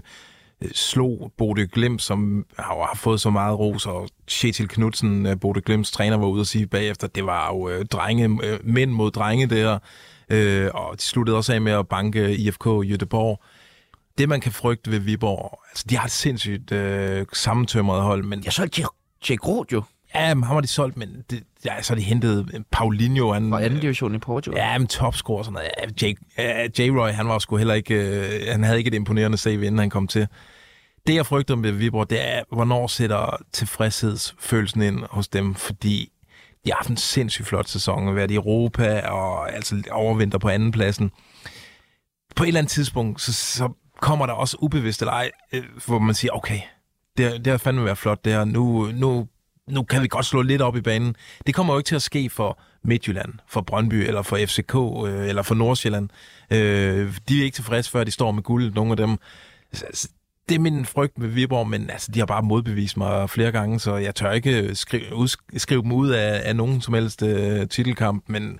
slog Bodø Glimt, som har fået så meget ros, og Kjetil Knudsen, Bodø Glimts træner, var ude at sige bagefter, det var jo øh, drenge, øh, mænd mod drenge der, øh, og de sluttede også af med at banke I F K Göteborg. Det, man kan frygte ved Viborg, altså de har et sindssygt øh, sammentømret hold, men... Jeg så er Jake Roth jo. Ja, men ham har de solgt, men det, ja, så har de hentet Paulinho. Han, fra anden division i Portugal. Ja, men topscorer og sådan noget. Ja, Jake, uh, J-Roy, han var sgu heller ikke... Uh, han havde ikke et imponerende save, inden han kom til. Det, jeg frygter med Viborg, det er, hvornår sætter tilfredshedsfølelsen ind hos dem, fordi de har haft en sindssygt flot sæson, at være i Europa og altså overvinter på anden pladsen. På et eller andet tidspunkt, så, så kommer der også ubevidst eller ej, hvor man siger, okay, det, det har fandme været flot, det her. Nu, nu, nu kan vi godt slå lidt op i banen. Det kommer jo ikke til at ske for Midtjylland, for Brøndby, eller for F C K, øh, eller for Nordsjælland. Øh, de er ikke tilfredse, før de står med guld, nogle af dem. Altså, det er min frygt med Viborg, men altså, de har bare modbevist mig flere gange, så jeg tør ikke skrive, udsk- skrive dem ud af, af nogen som helst uh, titelkamp, men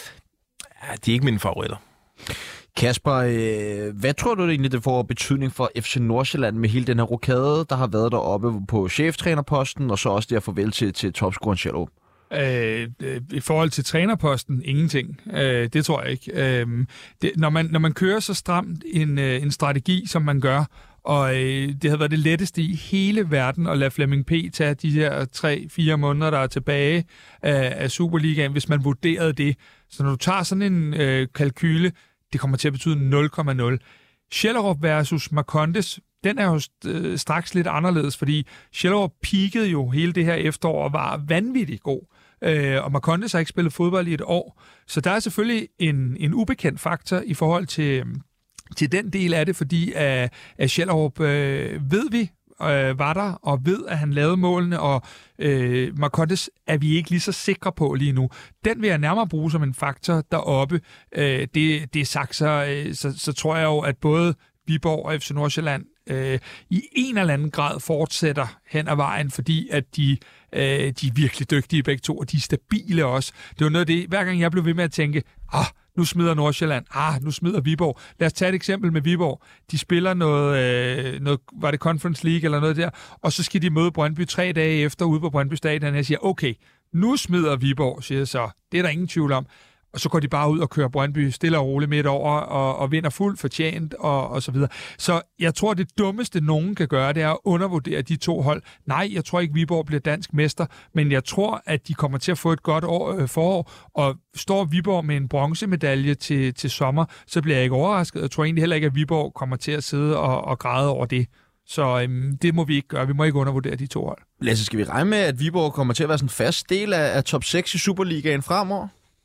ja, de er ikke mine favoritter. Kasper, øh, hvad tror du egentlig, det får betydning for F C Nordsjælland med hele den her rokade, der har været deroppe på cheftrænerposten, og så også der farvel til, til topscoren Sjælov? Øh, I forhold til trænerposten, ingenting. Øh, det tror jeg ikke. Øh, det, når, man, når man kører så stramt en, øh, en strategi, som man gør, og øh, det havde været det letteste i hele verden at lade Flemming P. tage de her tre-fire måneder, der er tilbage af, af Superligaen, hvis man vurderede det. Så når du tager sådan en øh, kalkyle, det kommer til at betyde nul komma nul. Schellerup versus Marcondes, den er jo øh, straks lidt anderledes, fordi Schellerup peakede jo hele det her efterår og var vanvittigt god. Øh, og Marcondes har ikke spillet fodbold i et år. Så der er selvfølgelig en, en ubekendt faktor i forhold til, til den del af det, fordi at, at Schellerup øh, ved vi, øh, var der, og ved, at han lavede målene, og øh, Marcondes er vi ikke lige så sikre på lige nu. Den vil jeg nærmere bruge som en faktor deroppe. Øh, det, det er sagt, så, øh, så, så tror jeg jo, at både Viborg og F C Nordsjælland øh, i en eller anden grad fortsætter hen ad vejen, fordi at de, øh, de er virkelig dygtige begge to, og de er stabile også. Det var noget af det, hver gang jeg blev ved med at tænke, ah, nu smider Nordsjælland, ah, nu smider Viborg. Lad os tage et eksempel med Viborg. De spiller noget, øh, noget, var det Conference League eller noget der, og så skal de møde Brøndby tre dage efter ude på Brøndby Stadion, og jeg siger, okay, nu smider Viborg, siger jeg så. Det er der ingen tvivl om. Og så går de bare ud og kører Brøndby stille og roligt midt over, og, og vinder fuldt fortjent, og, og så videre. Så jeg tror, det dummeste, nogen kan gøre, det er at undervurdere de to hold. Nej, jeg tror ikke, Viborg bliver dansk mester, men jeg tror, at de kommer til at få et godt år, øh, forår, og står Viborg med en bronzemedalje til, til sommer, så bliver jeg ikke overrasket. Jeg tror egentlig heller ikke, at Viborg kommer til at sidde og, og græde over det. Så øhm, det må vi ikke gøre. Vi må ikke undervurdere de to hold. Lasse, skal vi regne med, at Viborg kommer til at være sådan en fast del af, af top seks i Superligaen fremover?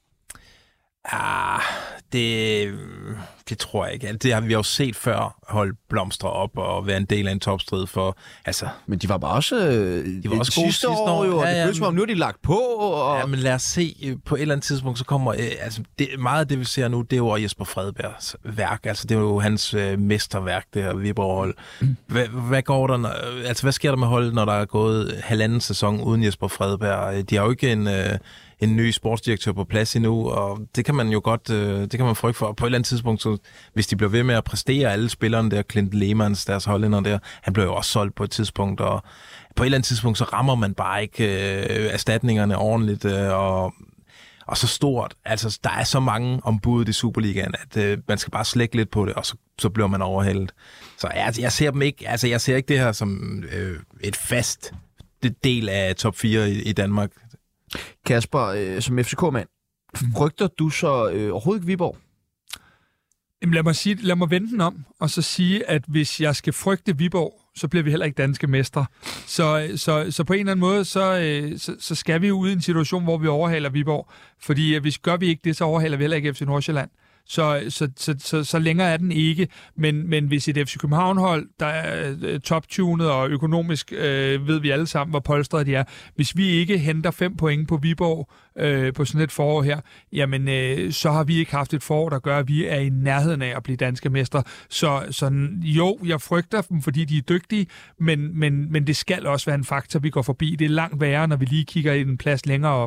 Ah, det, det tror jeg ikke. Det har vi jo set før, holde blomstre op og være en del af en topstrid for. Altså, men de var bare også, de var også gode sidste år, år jo, og ja, det føles som om, nu er de lagt på. Og... Ja, men lad os se, på et eller andet tidspunkt, så kommer, øh, altså, det, meget af det, vi ser nu, det er jo Jesper Fredbergs værk. Altså, det er jo hans øh, mesterværk, det her Viborg-hold. Mm. Hvad, hvad går der, når, altså, hvad sker der med holdet, når der er gået halvanden sæson uden Jesper Fredberg? De har jo ikke en... Øh, en ny sportsdirektør på plads endnu, og det kan man jo godt, øh, det kan man frygte for. Og på et eller andet tidspunkt, så, hvis de bliver ved med at præstere alle spillerne der, Clint Lehmanns, deres holdender der, han blev jo også solgt på et tidspunkt, og på et eller andet tidspunkt, så rammer man bare ikke øh, erstatningerne ordentligt, øh, og, og så stort. Altså, der er så mange ombud i Superligaen, at øh, man skal bare slække lidt på det, og så, så bliver man overhældet. Så altså, jeg ser dem ikke, altså, jeg ser ikke det her som øh, et fast del af top fire i, i Danmark. Kasper, øh, som F C K-mand, frygter du så øh, overhovedet ikke Viborg? Jamen, lad mig, sige, lad mig vende den om, og så sige, at hvis jeg skal frygte Viborg, så bliver vi heller ikke danske mestre. Så, så, så på en eller anden måde, så, øh, så, så skal vi jo ud i en situation, hvor vi overhaler Viborg. Fordi hvis gør vi ikke det, så overhaler vi heller ikke F C Nordsjælland. Så, så, så, så, så længere er den ikke. Men, men hvis et F C København-hold, der er øh, top-tunet og økonomisk, øh, ved vi alle sammen, hvor polstret de er. Hvis vi ikke henter fem point på Viborg øh, på sådan et forår her, jamen øh, så har vi ikke haft et forår, der gør, at vi er i nærheden af at blive danske mestre. Så, så jo, jeg frygter dem, fordi de er dygtige, men, men, men det skal også være en faktor, vi går forbi. Det er langt værre, når vi lige kigger i en plads længere op.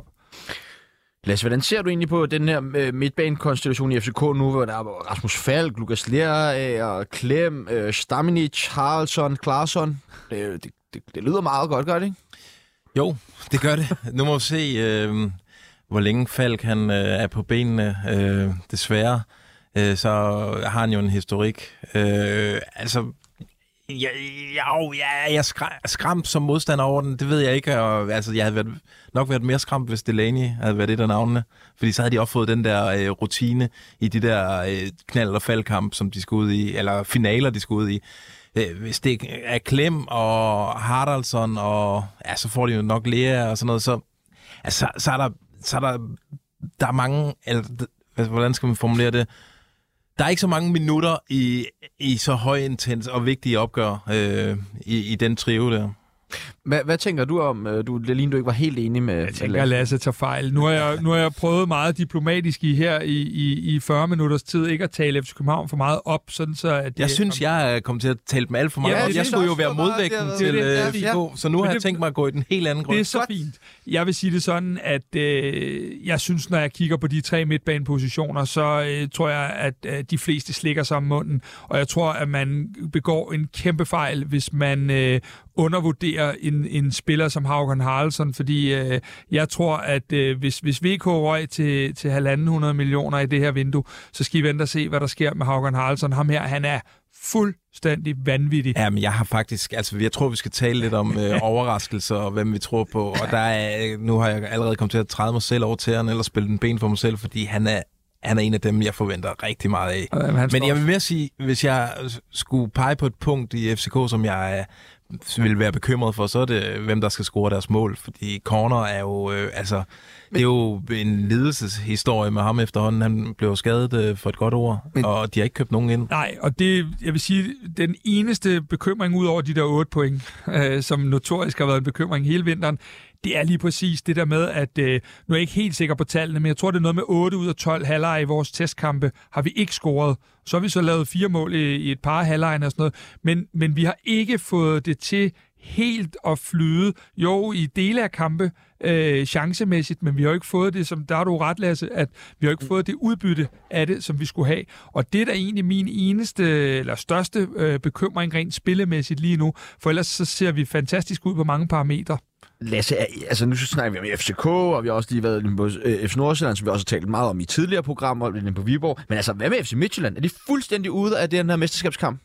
Lasse, hvordan ser du egentlig på den her øh, midtbanekonstellation i F C K nu, hvor der er Rasmus Falk, Lukas Lerager, Klem, øh, Staminic, Haraldsson, Klarsson? Det, det, det, det lyder meget godt, gør det ikke? Jo, det gør det. Nu må vi se, øh, hvor længe Falk han, øh, er på benene. Øh, desværre, øh, så har han jo en historik. Øh, altså... Ja, ja, ja, jeg er skræmt som modstander over den, det ved jeg ikke. Og, altså, jeg havde været, nok været mere skræmt, hvis Delaney havde været et af navnene. Fordi så havde de også fået den der øh, rutine i de der øh, knald- og faldkamp, som de skulle ud i, eller finaler, de skulle ud i. Øh, hvis det er Klem og Haraldsson, og ja, så får de jo nok Lea og sådan noget, så, altså, så er der, så er der, der er mange, eller, hvordan skal man formulere det? Der er ikke så mange minutter i, i så højintens og vigtige opgør øh, i, i den trio der. Hvad, hvad tænker du om, du, det lignede du ikke var helt enig med? Jeg tænker, at Lasse tager fejl. Nu har jeg, nu har jeg prøvet meget diplomatisk i her i, i, i fyrre minutters tid, ikke at tale F C København for meget op, sådan så at... Jeg det, synes, jeg er kommet til at tale dem alt for meget ja, op. Jeg skulle jo være modvægten til F C K, så nu har jeg tænkt mig at gå i den helt anden grund. Det er så fint. Jeg vil sige det sådan, at øh, jeg synes, når jeg kigger på de tre midtbanepositioner, så øh, tror jeg, at øh, de fleste slikker sig om munden, og jeg tror, at man begår en kæmpe fejl, hvis man øh, undervurderer en, en spiller som Haugen Haraldsson, fordi øh, jeg tror, at øh, hvis, hvis V K røg til, til halvanden hundrede millioner i det her vindue, så skal I vente og se, hvad der sker med Haugen Haraldsson. Ham her, han er fuldstændig vanvittig. Ja, men jeg har faktisk, altså jeg tror, vi skal tale lidt om øh, overraskelser og hvem vi tror på, og der er, nu har jeg allerede kommet til at træde mig selv over tæerne eller spille en ben for mig selv, fordi han er Han er en af dem, jeg forventer rigtig meget af. Ja, men jeg vil mere sige, hvis jeg skulle pege på et punkt i F C K, som jeg vil være bekymret for, så er det, hvem der skal score deres mål. Fordi corner er jo, øh, altså, det er jo en ledelseshistorie med ham efterhånden. Han blev skadet øh, for et godt ord, men, og de har ikke købt nogen ind. Nej, og det, jeg vil sige, den eneste bekymring ud over de der otte point, øh, som notorisk har været en bekymring hele vinteren, det er lige præcis det der med, at øh, nu er jeg ikke helt sikker på tallene, men jeg tror, det er noget med otte ud af tolv halvleje i vores testkampe, har vi ikke scoret. Så har vi så lavet fire mål i, i et par halvlejene og sådan noget, men, men vi har ikke fået det til helt at flyde. Jo, i dele af kampe, øh, chancemæssigt, men vi har jo ikke fået det, som der er du ret, Lasse, at vi har ikke fået det udbytte af det, som vi skulle have. Og det er da egentlig min eneste, eller største øh, bekymring rent spillemæssigt lige nu, for ellers så ser vi fantastisk ud på mange parametre. Lasse, altså nu snakker vi om F C K, og vi har også lige været på F C Nordsjælland, som vi også har talt meget om i tidligere programmer, og på Viborg. Men altså, hvad med F C Midtjylland? Er de fuldstændig ude af den her mesterskabskamp?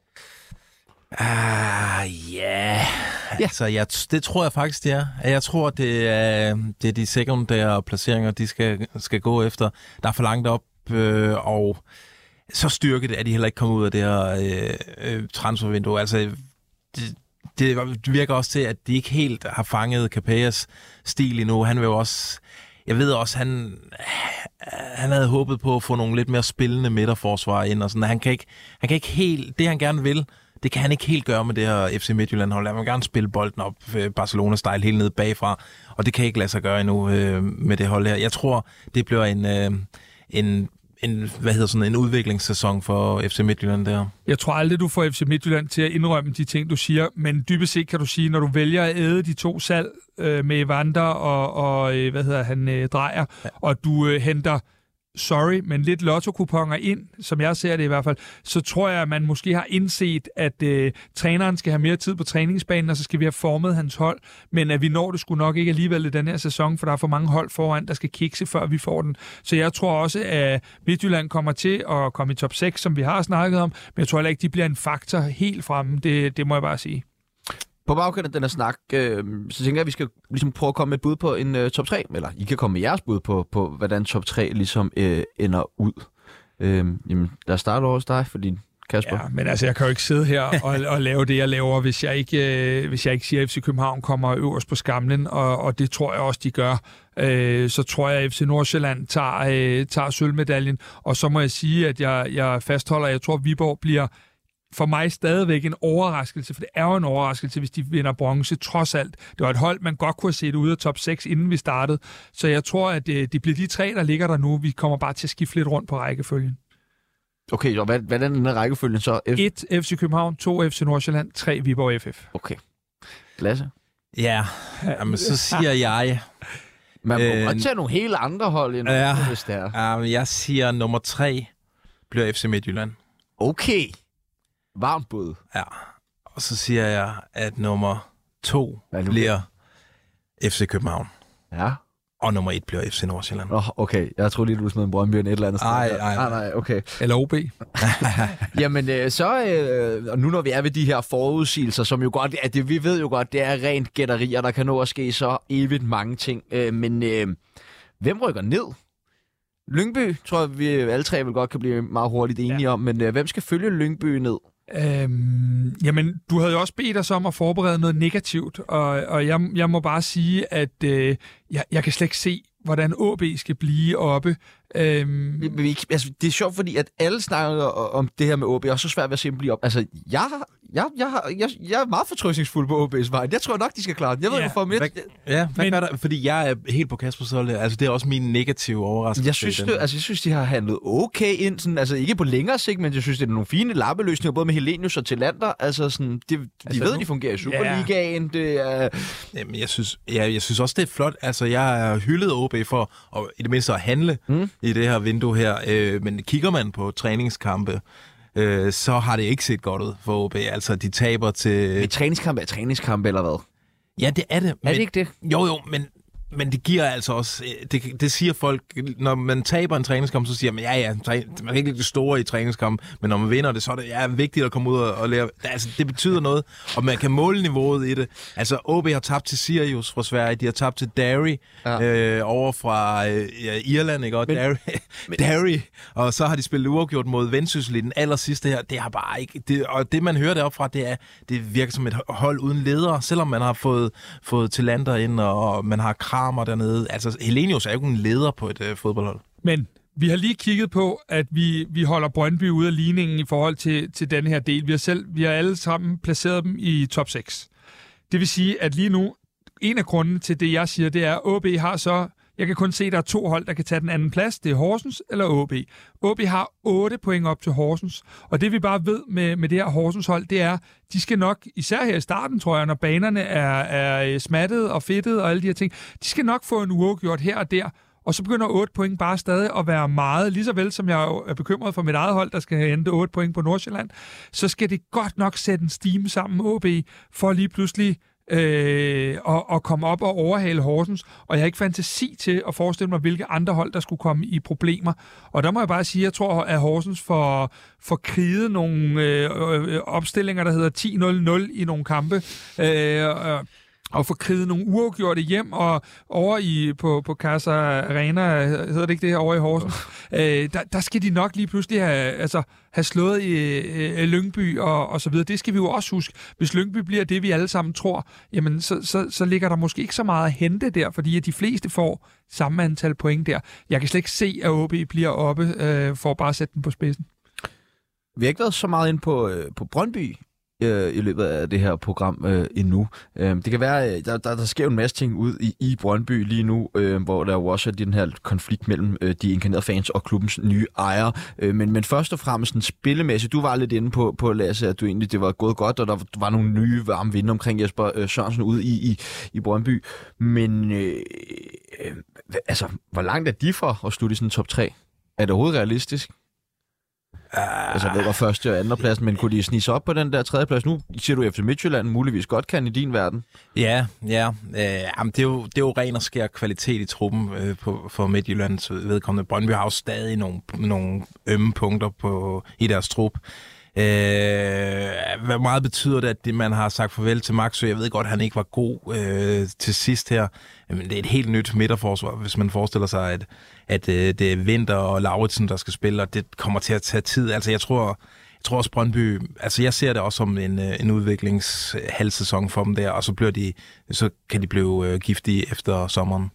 Ah, ja. Yeah. Altså, jeg, det tror jeg faktisk, det er. Jeg tror, det er, det er de sekundære placeringer, de skal, skal gå efter. Der er for langt op, øh, og så styrket er de heller ikke kommet ud af det her øh, transfervindue. Altså, det, det virker også til, at de ikke helt har fanget Capellas stil endnu. Han vil jo også... Jeg ved også, han, han havde håbet på at få nogle lidt mere spillende midterforsvar ind, og sådan. Han kan ikke, han kan ikke helt... Det, han gerne vil, det kan han ikke helt gøre med det her F C Midtjylland-hold. Han vil gerne spille bolden op Barcelona-style helt ned bagfra, og det kan ikke lade sig gøre endnu øh, med det hold her. Jeg tror, det bliver en... Øh, en en, hvad hedder sådan, en udviklingssæson for F C Midtjylland der. Jeg tror aldrig, du får F C Midtjylland til at indrømme de ting, du siger, men dybest set kan du sige, når du vælger at æde de to salg øh, med Evander og, og øh, hvad hedder han, øh, Drejer, ja. og du øh, henter, sorry, men lidt lotto-kuponer ind, som jeg ser det i hvert fald, så tror jeg, at man måske har indset, at øh, træneren skal have mere tid på træningsbanen, og så skal vi have formet hans hold, men at vi når det sgu nok ikke alligevel i den her sæson, for der er for mange hold foran, der skal kikse, før vi får den. Så jeg tror også, at Midtjylland kommer til at komme i top seks, som vi har snakket om, men jeg tror heller ikke, de bliver en faktor helt fremme. Det, det må jeg bare sige. På baggrund af den her snak, øh, så tænker jeg, at vi skal ligesom prøve at komme med et bud på en øh, top tre, eller I kan komme med jeres bud på, på hvordan top tre ligesom øh, ender ud. Øh, jamen, lad os starte over hos dig, fordi Kasper. Ja, men altså, jeg kan jo ikke sidde her og, og lave det, jeg laver, hvis jeg ikke, øh, hvis jeg ikke siger, at F C København kommer øverst på skamlen, og, og det tror jeg også, de gør. Øh, så tror jeg, at F C Nordsjælland tager, øh, tager sølvmedaljen, og så må jeg sige, at jeg, jeg fastholder, at jeg tror, at Viborg bliver for mig stadigvæk en overraskelse, for det er jo en overraskelse, hvis de vinder bronze, trods alt. Det var et hold, man godt kunne have set ude af top seks, inden vi startede. Så jeg tror, at det, det bliver de tre, der ligger der nu. Vi kommer bare til at skifte lidt rundt på rækkefølgen. Okay, og hvad, hvad er den her rækkefølgen så? F- et F C København, to F C Nordsjælland, tre Viborg F F. Okay. Lasse? Ja, jamen så siger jeg... Man må øh, godt tage nogle helt andre hold end ja, hvis det er. Ja, jeg siger, nummer tre bliver F C Midtjylland. Okay. Varmt bud. Ja, og så siger jeg, at nummer to bliver F C København. Ja. Og nummer et bliver F C Nordsjælland. Åh, oh, okay. Jeg tror lige, du smed en Brøndby et eller andet sted. Nej, nej, nej. nej, okay. Eller O B. Jamen, øh, så... Øh, og nu når vi er ved de her forudsigelser, som jo godt... At det, vi ved jo godt, det er rent gætterier, der kan nå at ske så evigt mange ting. Øh, men øh, hvem rykker ned? Lyngby, tror jeg, vi alle tre vil godt kan blive meget hurtigt enige ja. om. Men øh, hvem skal følge Lyngby ned? Øhm, jamen, du havde jo også bedt os om at forberede noget negativt, og, og jeg, jeg må bare sige, at øh, jeg, jeg kan slet ikke se, hvordan A B skal blive oppe. Øhm... Vi, altså, det er sjovt, fordi at alle snakker om det her med A B, og er så svært ved at se dem blive op. Altså, jeg, jeg, jeg, jeg, jeg er meget fortrøstningsfuld på A B's vej. Jeg tror nok, de skal klare det. Jeg ved, ja. hvorfor midt. Hvad, ja, hvad men... gør der? Fordi jeg er helt på Kaspers hold. Altså, det er også min negative overraskelse. Jeg synes, det, altså, jeg synes, de har handlet okay ind. Sådan, altså, ikke på længere sigt, men jeg synes, det er nogle fine lappeløsninger, både med Helenius og Tillander. Altså, sådan, de, de altså, ved, de fungerer i Superligaen. Ja. Det er... Jamen, jeg synes, ja, jeg synes også, det er flot. Altså, jeg har hyldet A B for og i det mindste at handle mm. i det her vindue her. Øh, men kigger man på træningskampe, øh, så har det ikke set godt ud for A B. Altså, de taber til... Men træningskampe er træningskampe, eller hvad? Ja, det er det. Er men... det ikke det? Jo, jo, men... Men det giver altså også, det, det siger folk, når man taber en træningskamp, så siger man, ja, ja, man er ikke det store i træningskamp, men når man vinder det, så er det ja, vigtigt at komme ud og, og lære. Altså, det betyder noget, og man kan måle niveauet i det. Altså, A B har tabt til Sirius fra Sverige, de har tabt til Derry ja. øh, over fra øh, ja, Irland, ikke? Og men, Derry, men, Derry, og så har de spillet uafgjort mod Vendsyssel i den aller sidste her. Det har bare ikke, det, og det man hører deroppe fra, det er, det virker som et hold uden ledere, selvom man har fået, fået Tillander ind, og man har Kramer dernede. Altså, Helenius er jo ikke en leder på et øh, fodboldhold. Men vi har lige kigget på, at vi, vi holder Brøndby ude af ligningen i forhold til, til den her del. Vi har, selv, vi har alle sammen placeret dem i top seks. Det vil sige, at lige nu, en af grundene til det, jeg siger, det er, at A B har så... Jeg kan kun se, at der er to hold, der kan tage den anden plads. Det er Horsens eller A B. A B har otte point op til Horsens. Og det vi bare ved med, med det her Horsens-hold, det er, de skal nok, især her i starten, tror jeg, når banerne er, er smattet og fedtet og alle de her ting, de skal nok få en uafgjort her og der. Og så begynder otte point bare stadig at være meget, lige så vel som jeg er bekymret for mit eget hold, der skal hente otte point på Nordsjælland, så skal det godt nok sætte en stime sammen A B, for lige pludselig Øh, og, og komme op og overhale Horsens, og jeg har ikke fantasi til at forestille mig, hvilke andre hold, der skulle komme i problemer. Og der må jeg bare sige, at jeg tror, at Horsens får, får kriget nogle øh, opstillinger, der hedder ti nul nul i nogle kampe. Øh, og få kriget nogle uafgjorte hjem, og over i på, på Casa Arena, hedder det ikke det, over i Horsens, oh. øh, der, der skal de nok lige pludselig have, altså, have slået i øh, Lyngby og, og så videre. Det skal vi jo også huske. Hvis Lyngby bliver det, vi alle sammen tror, jamen så, så, så ligger der måske ikke så meget at hente der, fordi at de fleste får samme antal point der. Jeg kan slet ikke se, at O B bliver oppe øh, for at bare sætte den på spidsen. Vi har ikke været så meget inde på, øh, på Brøndby øh, i løbet af det her program øh, endnu. Øh, det kan være, der, der, der sker en masse ting ud i, i Brøndby lige nu, øh, hvor der jo også er den her konflikt mellem øh, de inkarnerede fans og klubbens nye ejere. Øh, men, men først og fremmest en spillemæssigt. Du var lidt inde på, på Lasse, at du egentlig, det var gået godt, og der var nogle nye varme vinde omkring Jesper øh, Sørensen ude i, i, i Brøndby. Men øh, øh, altså, hvor langt er de fra at slutte i sådan en top tre? Er det overhovedet realistisk? Uh, altså, det var første og anden pladsen, men kunne de snige sig op på den der tredje plads? Nu siger du, F C Midtjylland muligvis godt kan i din verden. Ja, ja. Øh, jamen, det, er jo, det er jo ren og skær kvalitet i truppen øh, på, for Midtjyllands vedkommende. Brøndby har jo stadig nogle, nogle ømme punkter på, i deres trup. Øh, hvad meget betyder det, at man har sagt farvel til Maxø? Jeg ved godt, at han ikke var god øh, til sidst her. Men det er et helt nyt midterforsvar, hvis man forestiller sig, at, at øh, det er Vinter og Lauritsen, der skal spille, og det kommer til at tage tid. Altså, jeg tror, jeg tror også Brøndby, altså jeg ser det også som en, en udviklingshalvsæson for dem der, og så, bliver de, så kan de blive øh, giftige efter sommeren.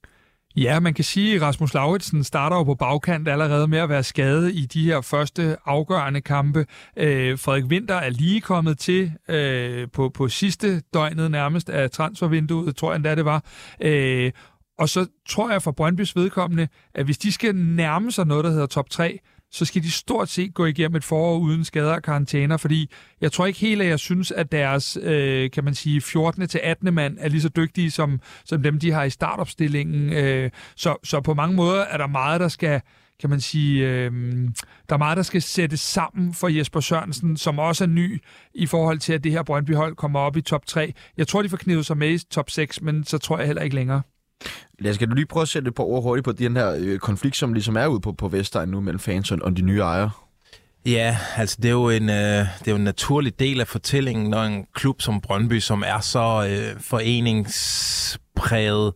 Ja, man kan sige, at Rasmus Lauritsen starter jo på bagkant allerede med at være skadet i de her første afgørende kampe. Øh, Frederik Vinter er lige kommet til øh, på, på sidste døgnet nærmest af transfervinduet, tror jeg endda det var. Øh, og så tror jeg for Brøndbys vedkommende, at hvis de skal nærme sig noget, der hedder top tre, så skal de stort set gå igennem et forår uden skader og karantæner, fordi jeg tror ikke helt, at jeg synes, at deres, øh, kan man sige, fjortende til attende mand er lige så dygtige som, som dem, de har i startopstillingen. Øh, så, så på mange måder er der meget, der skal, kan man sige, øh, der er meget, der skal sættes sammen for Jesper Sørensen, som også er ny i forhold til, at det her Brøndby-hold kommer op i top tre. Jeg tror, de får knivet sig med i top seks, men så tror jeg heller ikke længere. Lad os, kan du lige prøve at sætte et par ord hurtigt på den her øh, konflikt, som ligesom er ude på, på Vestegn nu mellem fans og, og de nye ejere? Ja, altså det er, jo en, øh, det er jo en naturlig del af fortællingen, når en klub som Brøndby, som er så øh, foreningspræget,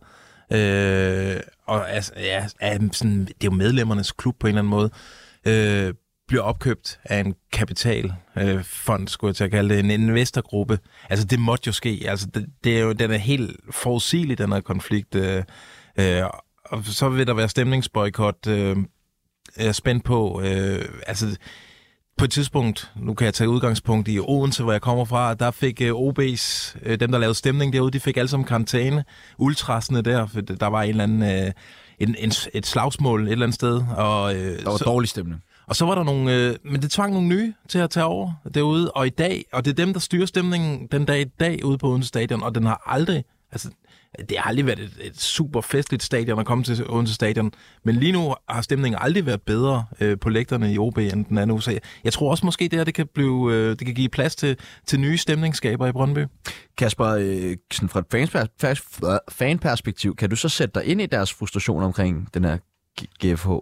øh, og altså, ja, er sådan, det er jo medlemmernes klub på en eller anden måde, øh, bliver opkøbt af en kapitalfond, øh, skulle jeg til at kalde det, en investorgruppe. Altså, det måtte jo ske. Altså, det, det er jo, den er helt forudsigelig, den her konflikt. Øh, øh, og så vil der være stemningsboykot. Øh, jeg er spændt på. Øh, altså, på et tidspunkt, nu kan jeg tage udgangspunkt i Odense, hvor jeg kommer fra, der fik øh, O B's, øh, dem der lavede stemning derude, de fik alle sammen karantæne. Ultrasene der, for der var en eller anden, øh, en, en, et slagsmål et eller andet sted. Og, øh, der var så, dårlig stemning. Og så var der nogle, øh, men det tvang nogle nye til at tage over derude, og i dag, og det er dem, der styrer stemningen den dag i dag ude på Odense Stadion, og den har aldrig, altså, det har aldrig været et, et super festligt stadion at komme til Odense Stadion, men lige nu har stemningen aldrig været bedre øh, på lægterne i O B, end den er nu. Så jeg, jeg tror også måske, det her, det kan, blive, øh, det kan give plads til, til nye stemningsskaber i Brøndby. Kasper, øh, sådan fra et fanpers- fanperspektiv, kan du så sætte dig ind i deres frustration omkring den her G F H?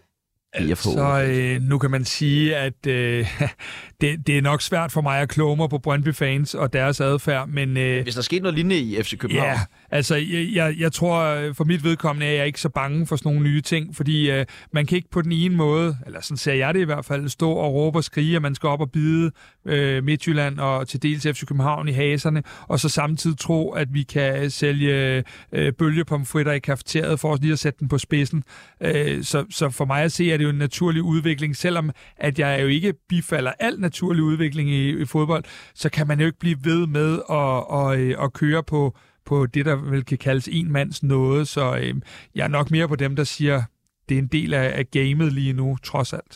Så øh, nu kan man sige, at øh, det, det er nok svært for mig at kloge mig på Brøndby-fans og deres adfærd, men... Øh, Hvis der skete noget lignende i F C København? Ja, altså jeg, jeg, jeg tror for mit vedkommende er jeg ikke så bange for sådan nogle nye ting, fordi øh, man kan ikke på den ene måde, eller sådan ser jeg det i hvert fald, stå og råbe og skrige, at man skal op og bide øh, Midtjylland og til dels F C København i haserne, og så samtidig tro, at vi kan sælge øh, bølgepomfritter i kafeteriet for os lige at sætte den på spidsen. Øh, så, så for mig at se, at det er jo en naturlig udvikling. Selvom at jeg jo ikke bifalder al naturlig udvikling i, i fodbold, så kan man jo ikke blive ved med at, at, at køre på, på det, der vel kan kaldes en mands nåde. Så øh, jeg er nok mere på dem, der siger, det er en del af, af gamet lige nu, trods alt.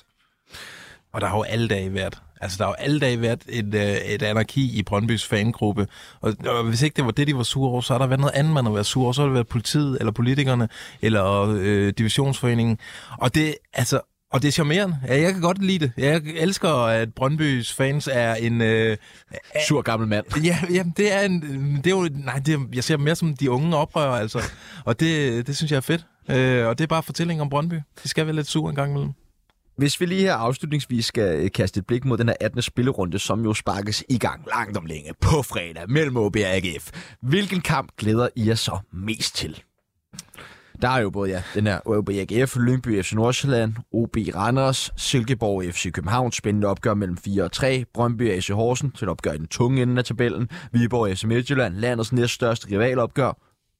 Og der har jo alle dage været. Altså, der har jo alle dage været et, et anarki i Brøndbys fangruppe. Og, og hvis ikke det var det, de var sure over, så har der været noget andet, man har været sure over. Så har det været politiet, eller politikerne, eller øh, divisionsforeningen. Og det, altså... Og det er charmerende. Ja, jeg kan godt lide det. Jeg elsker, at Brøndbys fans er en... Øh, sur gammel mand. Ja, ja, det er en... Det er jo, nej, det er, jeg ser dem mere som de unge oprører, altså. Og det, det synes jeg er fedt. Øh, og det er bare fortælling om Brøndby. De skal være lidt sur en gang imellem. Hvis vi lige her afslutningsvis skal kaste et blik mod den her attende spillerunde, som jo sparkes i gang langt om længe på fredag mellem O B og A G F. Hvilken kamp glæder I jer så mest til? Der er jo både ja, den her O B A G F, Lyngby F C Nordsjælland, O B Randers, Silkeborg F C København, spændende opgør mellem fire og tre, Brøndby A C Horsens til et opgør i den tunge ende af tabellen, Viborg F C Midtjylland, landets næststørste rivalopgør.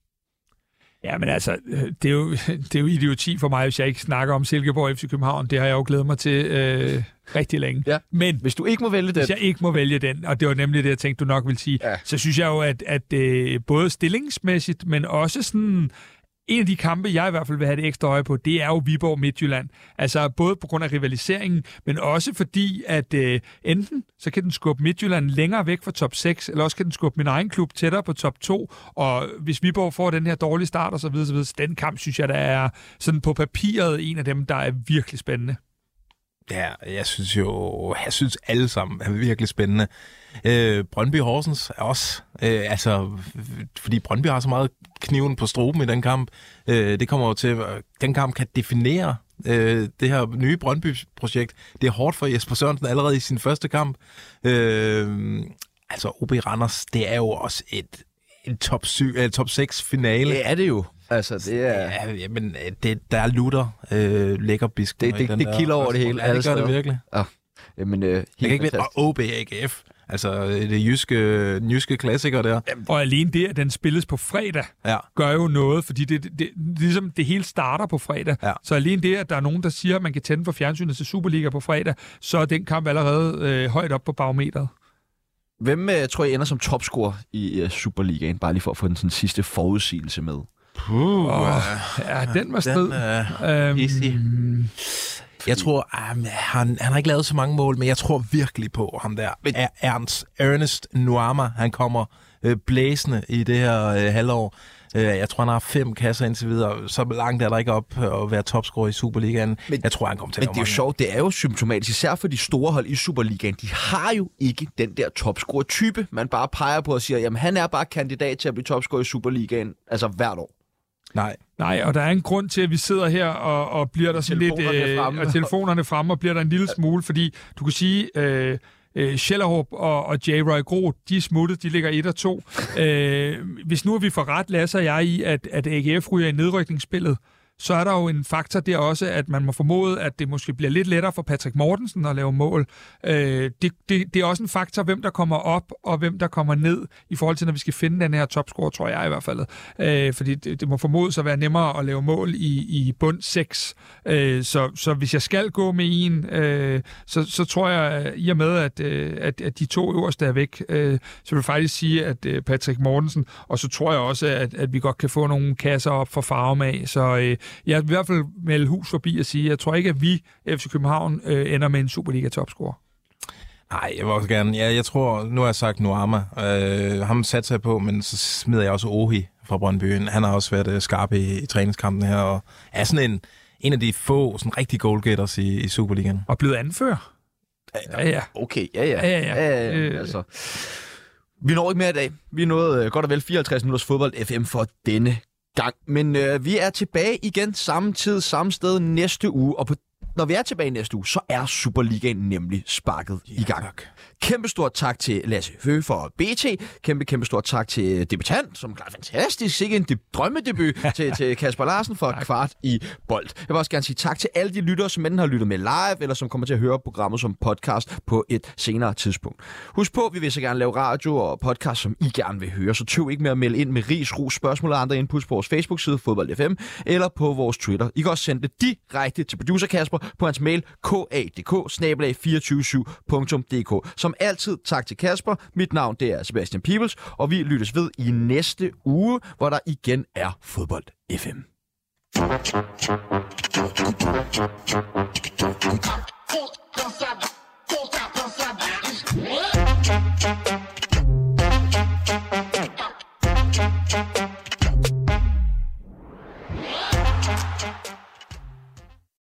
Ja, men altså, det er, jo, det er jo idioti for mig, hvis jeg ikke snakker om Silkeborg F C København. Det har jeg jo glædet mig til øh, rigtig længe. Ja. Men hvis du ikke må vælge den... Hvis jeg ikke må vælge den, og det var nemlig det, jeg tænkte, du nok vil sige, ja. Så synes jeg jo, at, at øh, både stillingsmæssigt, men også sådan... En af de kampe, jeg i hvert fald vil have det ekstra øje på, det er jo Viborg Midtjylland. Altså både på grund af rivaliseringen, men også fordi, at øh, enten så kan den skubbe Midtjylland længere væk fra top seks, eller også kan den skubbe min egen klub tættere på top to. Og hvis Viborg får den her dårlige start og så videre, så videre, så den kamp, synes jeg, der er sådan på papiret en af dem, der er virkelig spændende. Ja, jeg synes jo, jeg synes alle sammen er virkelig spændende. Øh, Brøndby Horsens er også, øh, altså, fordi Brøndby har så meget kniven på struben i den kamp. Øh, det kommer jo til, den kamp kan definere øh, det her nye Brøndby-projekt. Det er hårdt for Jesper Sørensen allerede i sin første kamp. Øh, altså, O B Randers, det er jo også et, en top, syv, uh, top seks finale. Det er det jo. Altså, det er... Ja, men det, der er lutter øh, lækker bisk. Det, det, det kilder over det hele. Ja, det gør det virkelig. Ja. Jamen, øh, helt jeg kan ikke vide, og O B A G F. Altså, det jyske, jyske klassiker der. Og alene det, at den spilles på fredag, ja. gør jo noget, fordi det, det, det, ligesom det hele starter på fredag. Ja. Så alene det, at der er nogen, der siger, at man kan tænde for fjernsynet til Superliga på fredag, så er den kamp allerede øh, højt op på barometeret. Hvem øh, tror jeg ender som topscorer i øh, Superligaen? Bare lige for at få den sådan, sidste forudsigelse med. Puh, oh, ja, den var strid. Uh, easy. Um, jeg tror, um, han, han har ikke lavet så mange mål, men jeg tror virkelig på ham der. Er Ernst, Ernest Nuama, han kommer øh, blæsende i det her øh, halvår. Øh, jeg tror, han har fem kasser indtil videre. Så langt er der ikke op at være topscorer i Superligaen. Men, jeg tror, han kommer til at Men det er jo sjovt, det er jo symptomatisk, især for de store hold i Superligaen. De har jo ikke den der topscorer-type, man bare peger på og siger, jamen han er bare kandidat til at blive topscorer i Superligaen, altså hvert år. Nej. Nej, og der er en grund til, at vi sidder her og, og bliver der sådan lidt... Øh, og telefonerne fremme, og bliver der en lille smule, fordi du kan sige... Øh, øh, Schellerup og, og J. Roy Groth, de er smuttet, de ligger et og to. øh, hvis nu er vi får ret, Lasse og jeg i, at, at A G F ryger i nedrykningsspillet, så er der jo en faktor der også, at man må formode, at det måske bliver lidt lettere for Patrick Mortensen at lave mål. Øh, det, det, det er også en faktor, hvem der kommer op, og hvem der kommer ned, i forhold til, når vi skal finde den her topscorer, tror jeg i hvert fald. Øh, fordi det, det må formodes at være nemmere at lave mål i, i bund seks. Øh, så, så hvis jeg skal gå med en, øh, så, så tror jeg, i og med, at, at, at de to øverste er væk, øh, så vil jeg faktisk sige, at øh, Patrick Mortensen, og så tror jeg også, at, at vi godt kan få nogle kasser op for Farve af, så øh, jeg vil i hvert fald melde hus forbi og sige, jeg tror ikke, at vi, F C København, øh, ender med en Superliga-topscorer. Nej, jeg vil også gerne. Ja, jeg tror, nu har jeg sagt Nuama. Øh, ham satte sig på, men så smider jeg også Ohi fra Brøndby. Han har også været skarp i, i træningskampen her, og er sådan en, en af de få sådan rigtig goalgetters i, i Superligaen. Og blevet anfører. Ja, ja. Okay, ja, ja. ja, ja. ja, ja. Øh, altså. Vi når ikke mere i dag. Vi nåede godt og vel fireoghalvtreds minutters fodbold F M for denne gang. Men øh, vi er tilbage igen samme tid, samme sted næste uge, og på, når vi er tilbage næste uge, så er Superligaen nemlig sparket ja, i gang. Tak. Kæmpe stort tak til Lasse Høgh for B T. Kæmpe, kæmpe stort tak til debutant, som klarer fantastisk. Sikke en de- drømmedebut til, til Kasper Larsen for kvart i bold. Jeg vil også gerne sige tak til alle de lyttere, som enten har lyttet med live, eller som kommer til at høre programmet som podcast på et senere tidspunkt. Husk på, vi vil så gerne lave radio og podcast, som I gerne vil høre. Så tøv ikke med at melde ind med ris, ros, spørgsmål og andre inputs på vores Facebook-side, Fodbold F M, eller på vores Twitter. I kan også sende det direkte til producer Kasper på hans mail k a d k bindestreg to fire syv punktum d k. Som altid, tak til Kasper. Mit navn, det er Sebastian Peebles, og vi lyttes ved i næste uge, hvor der igen er Fodbold F M.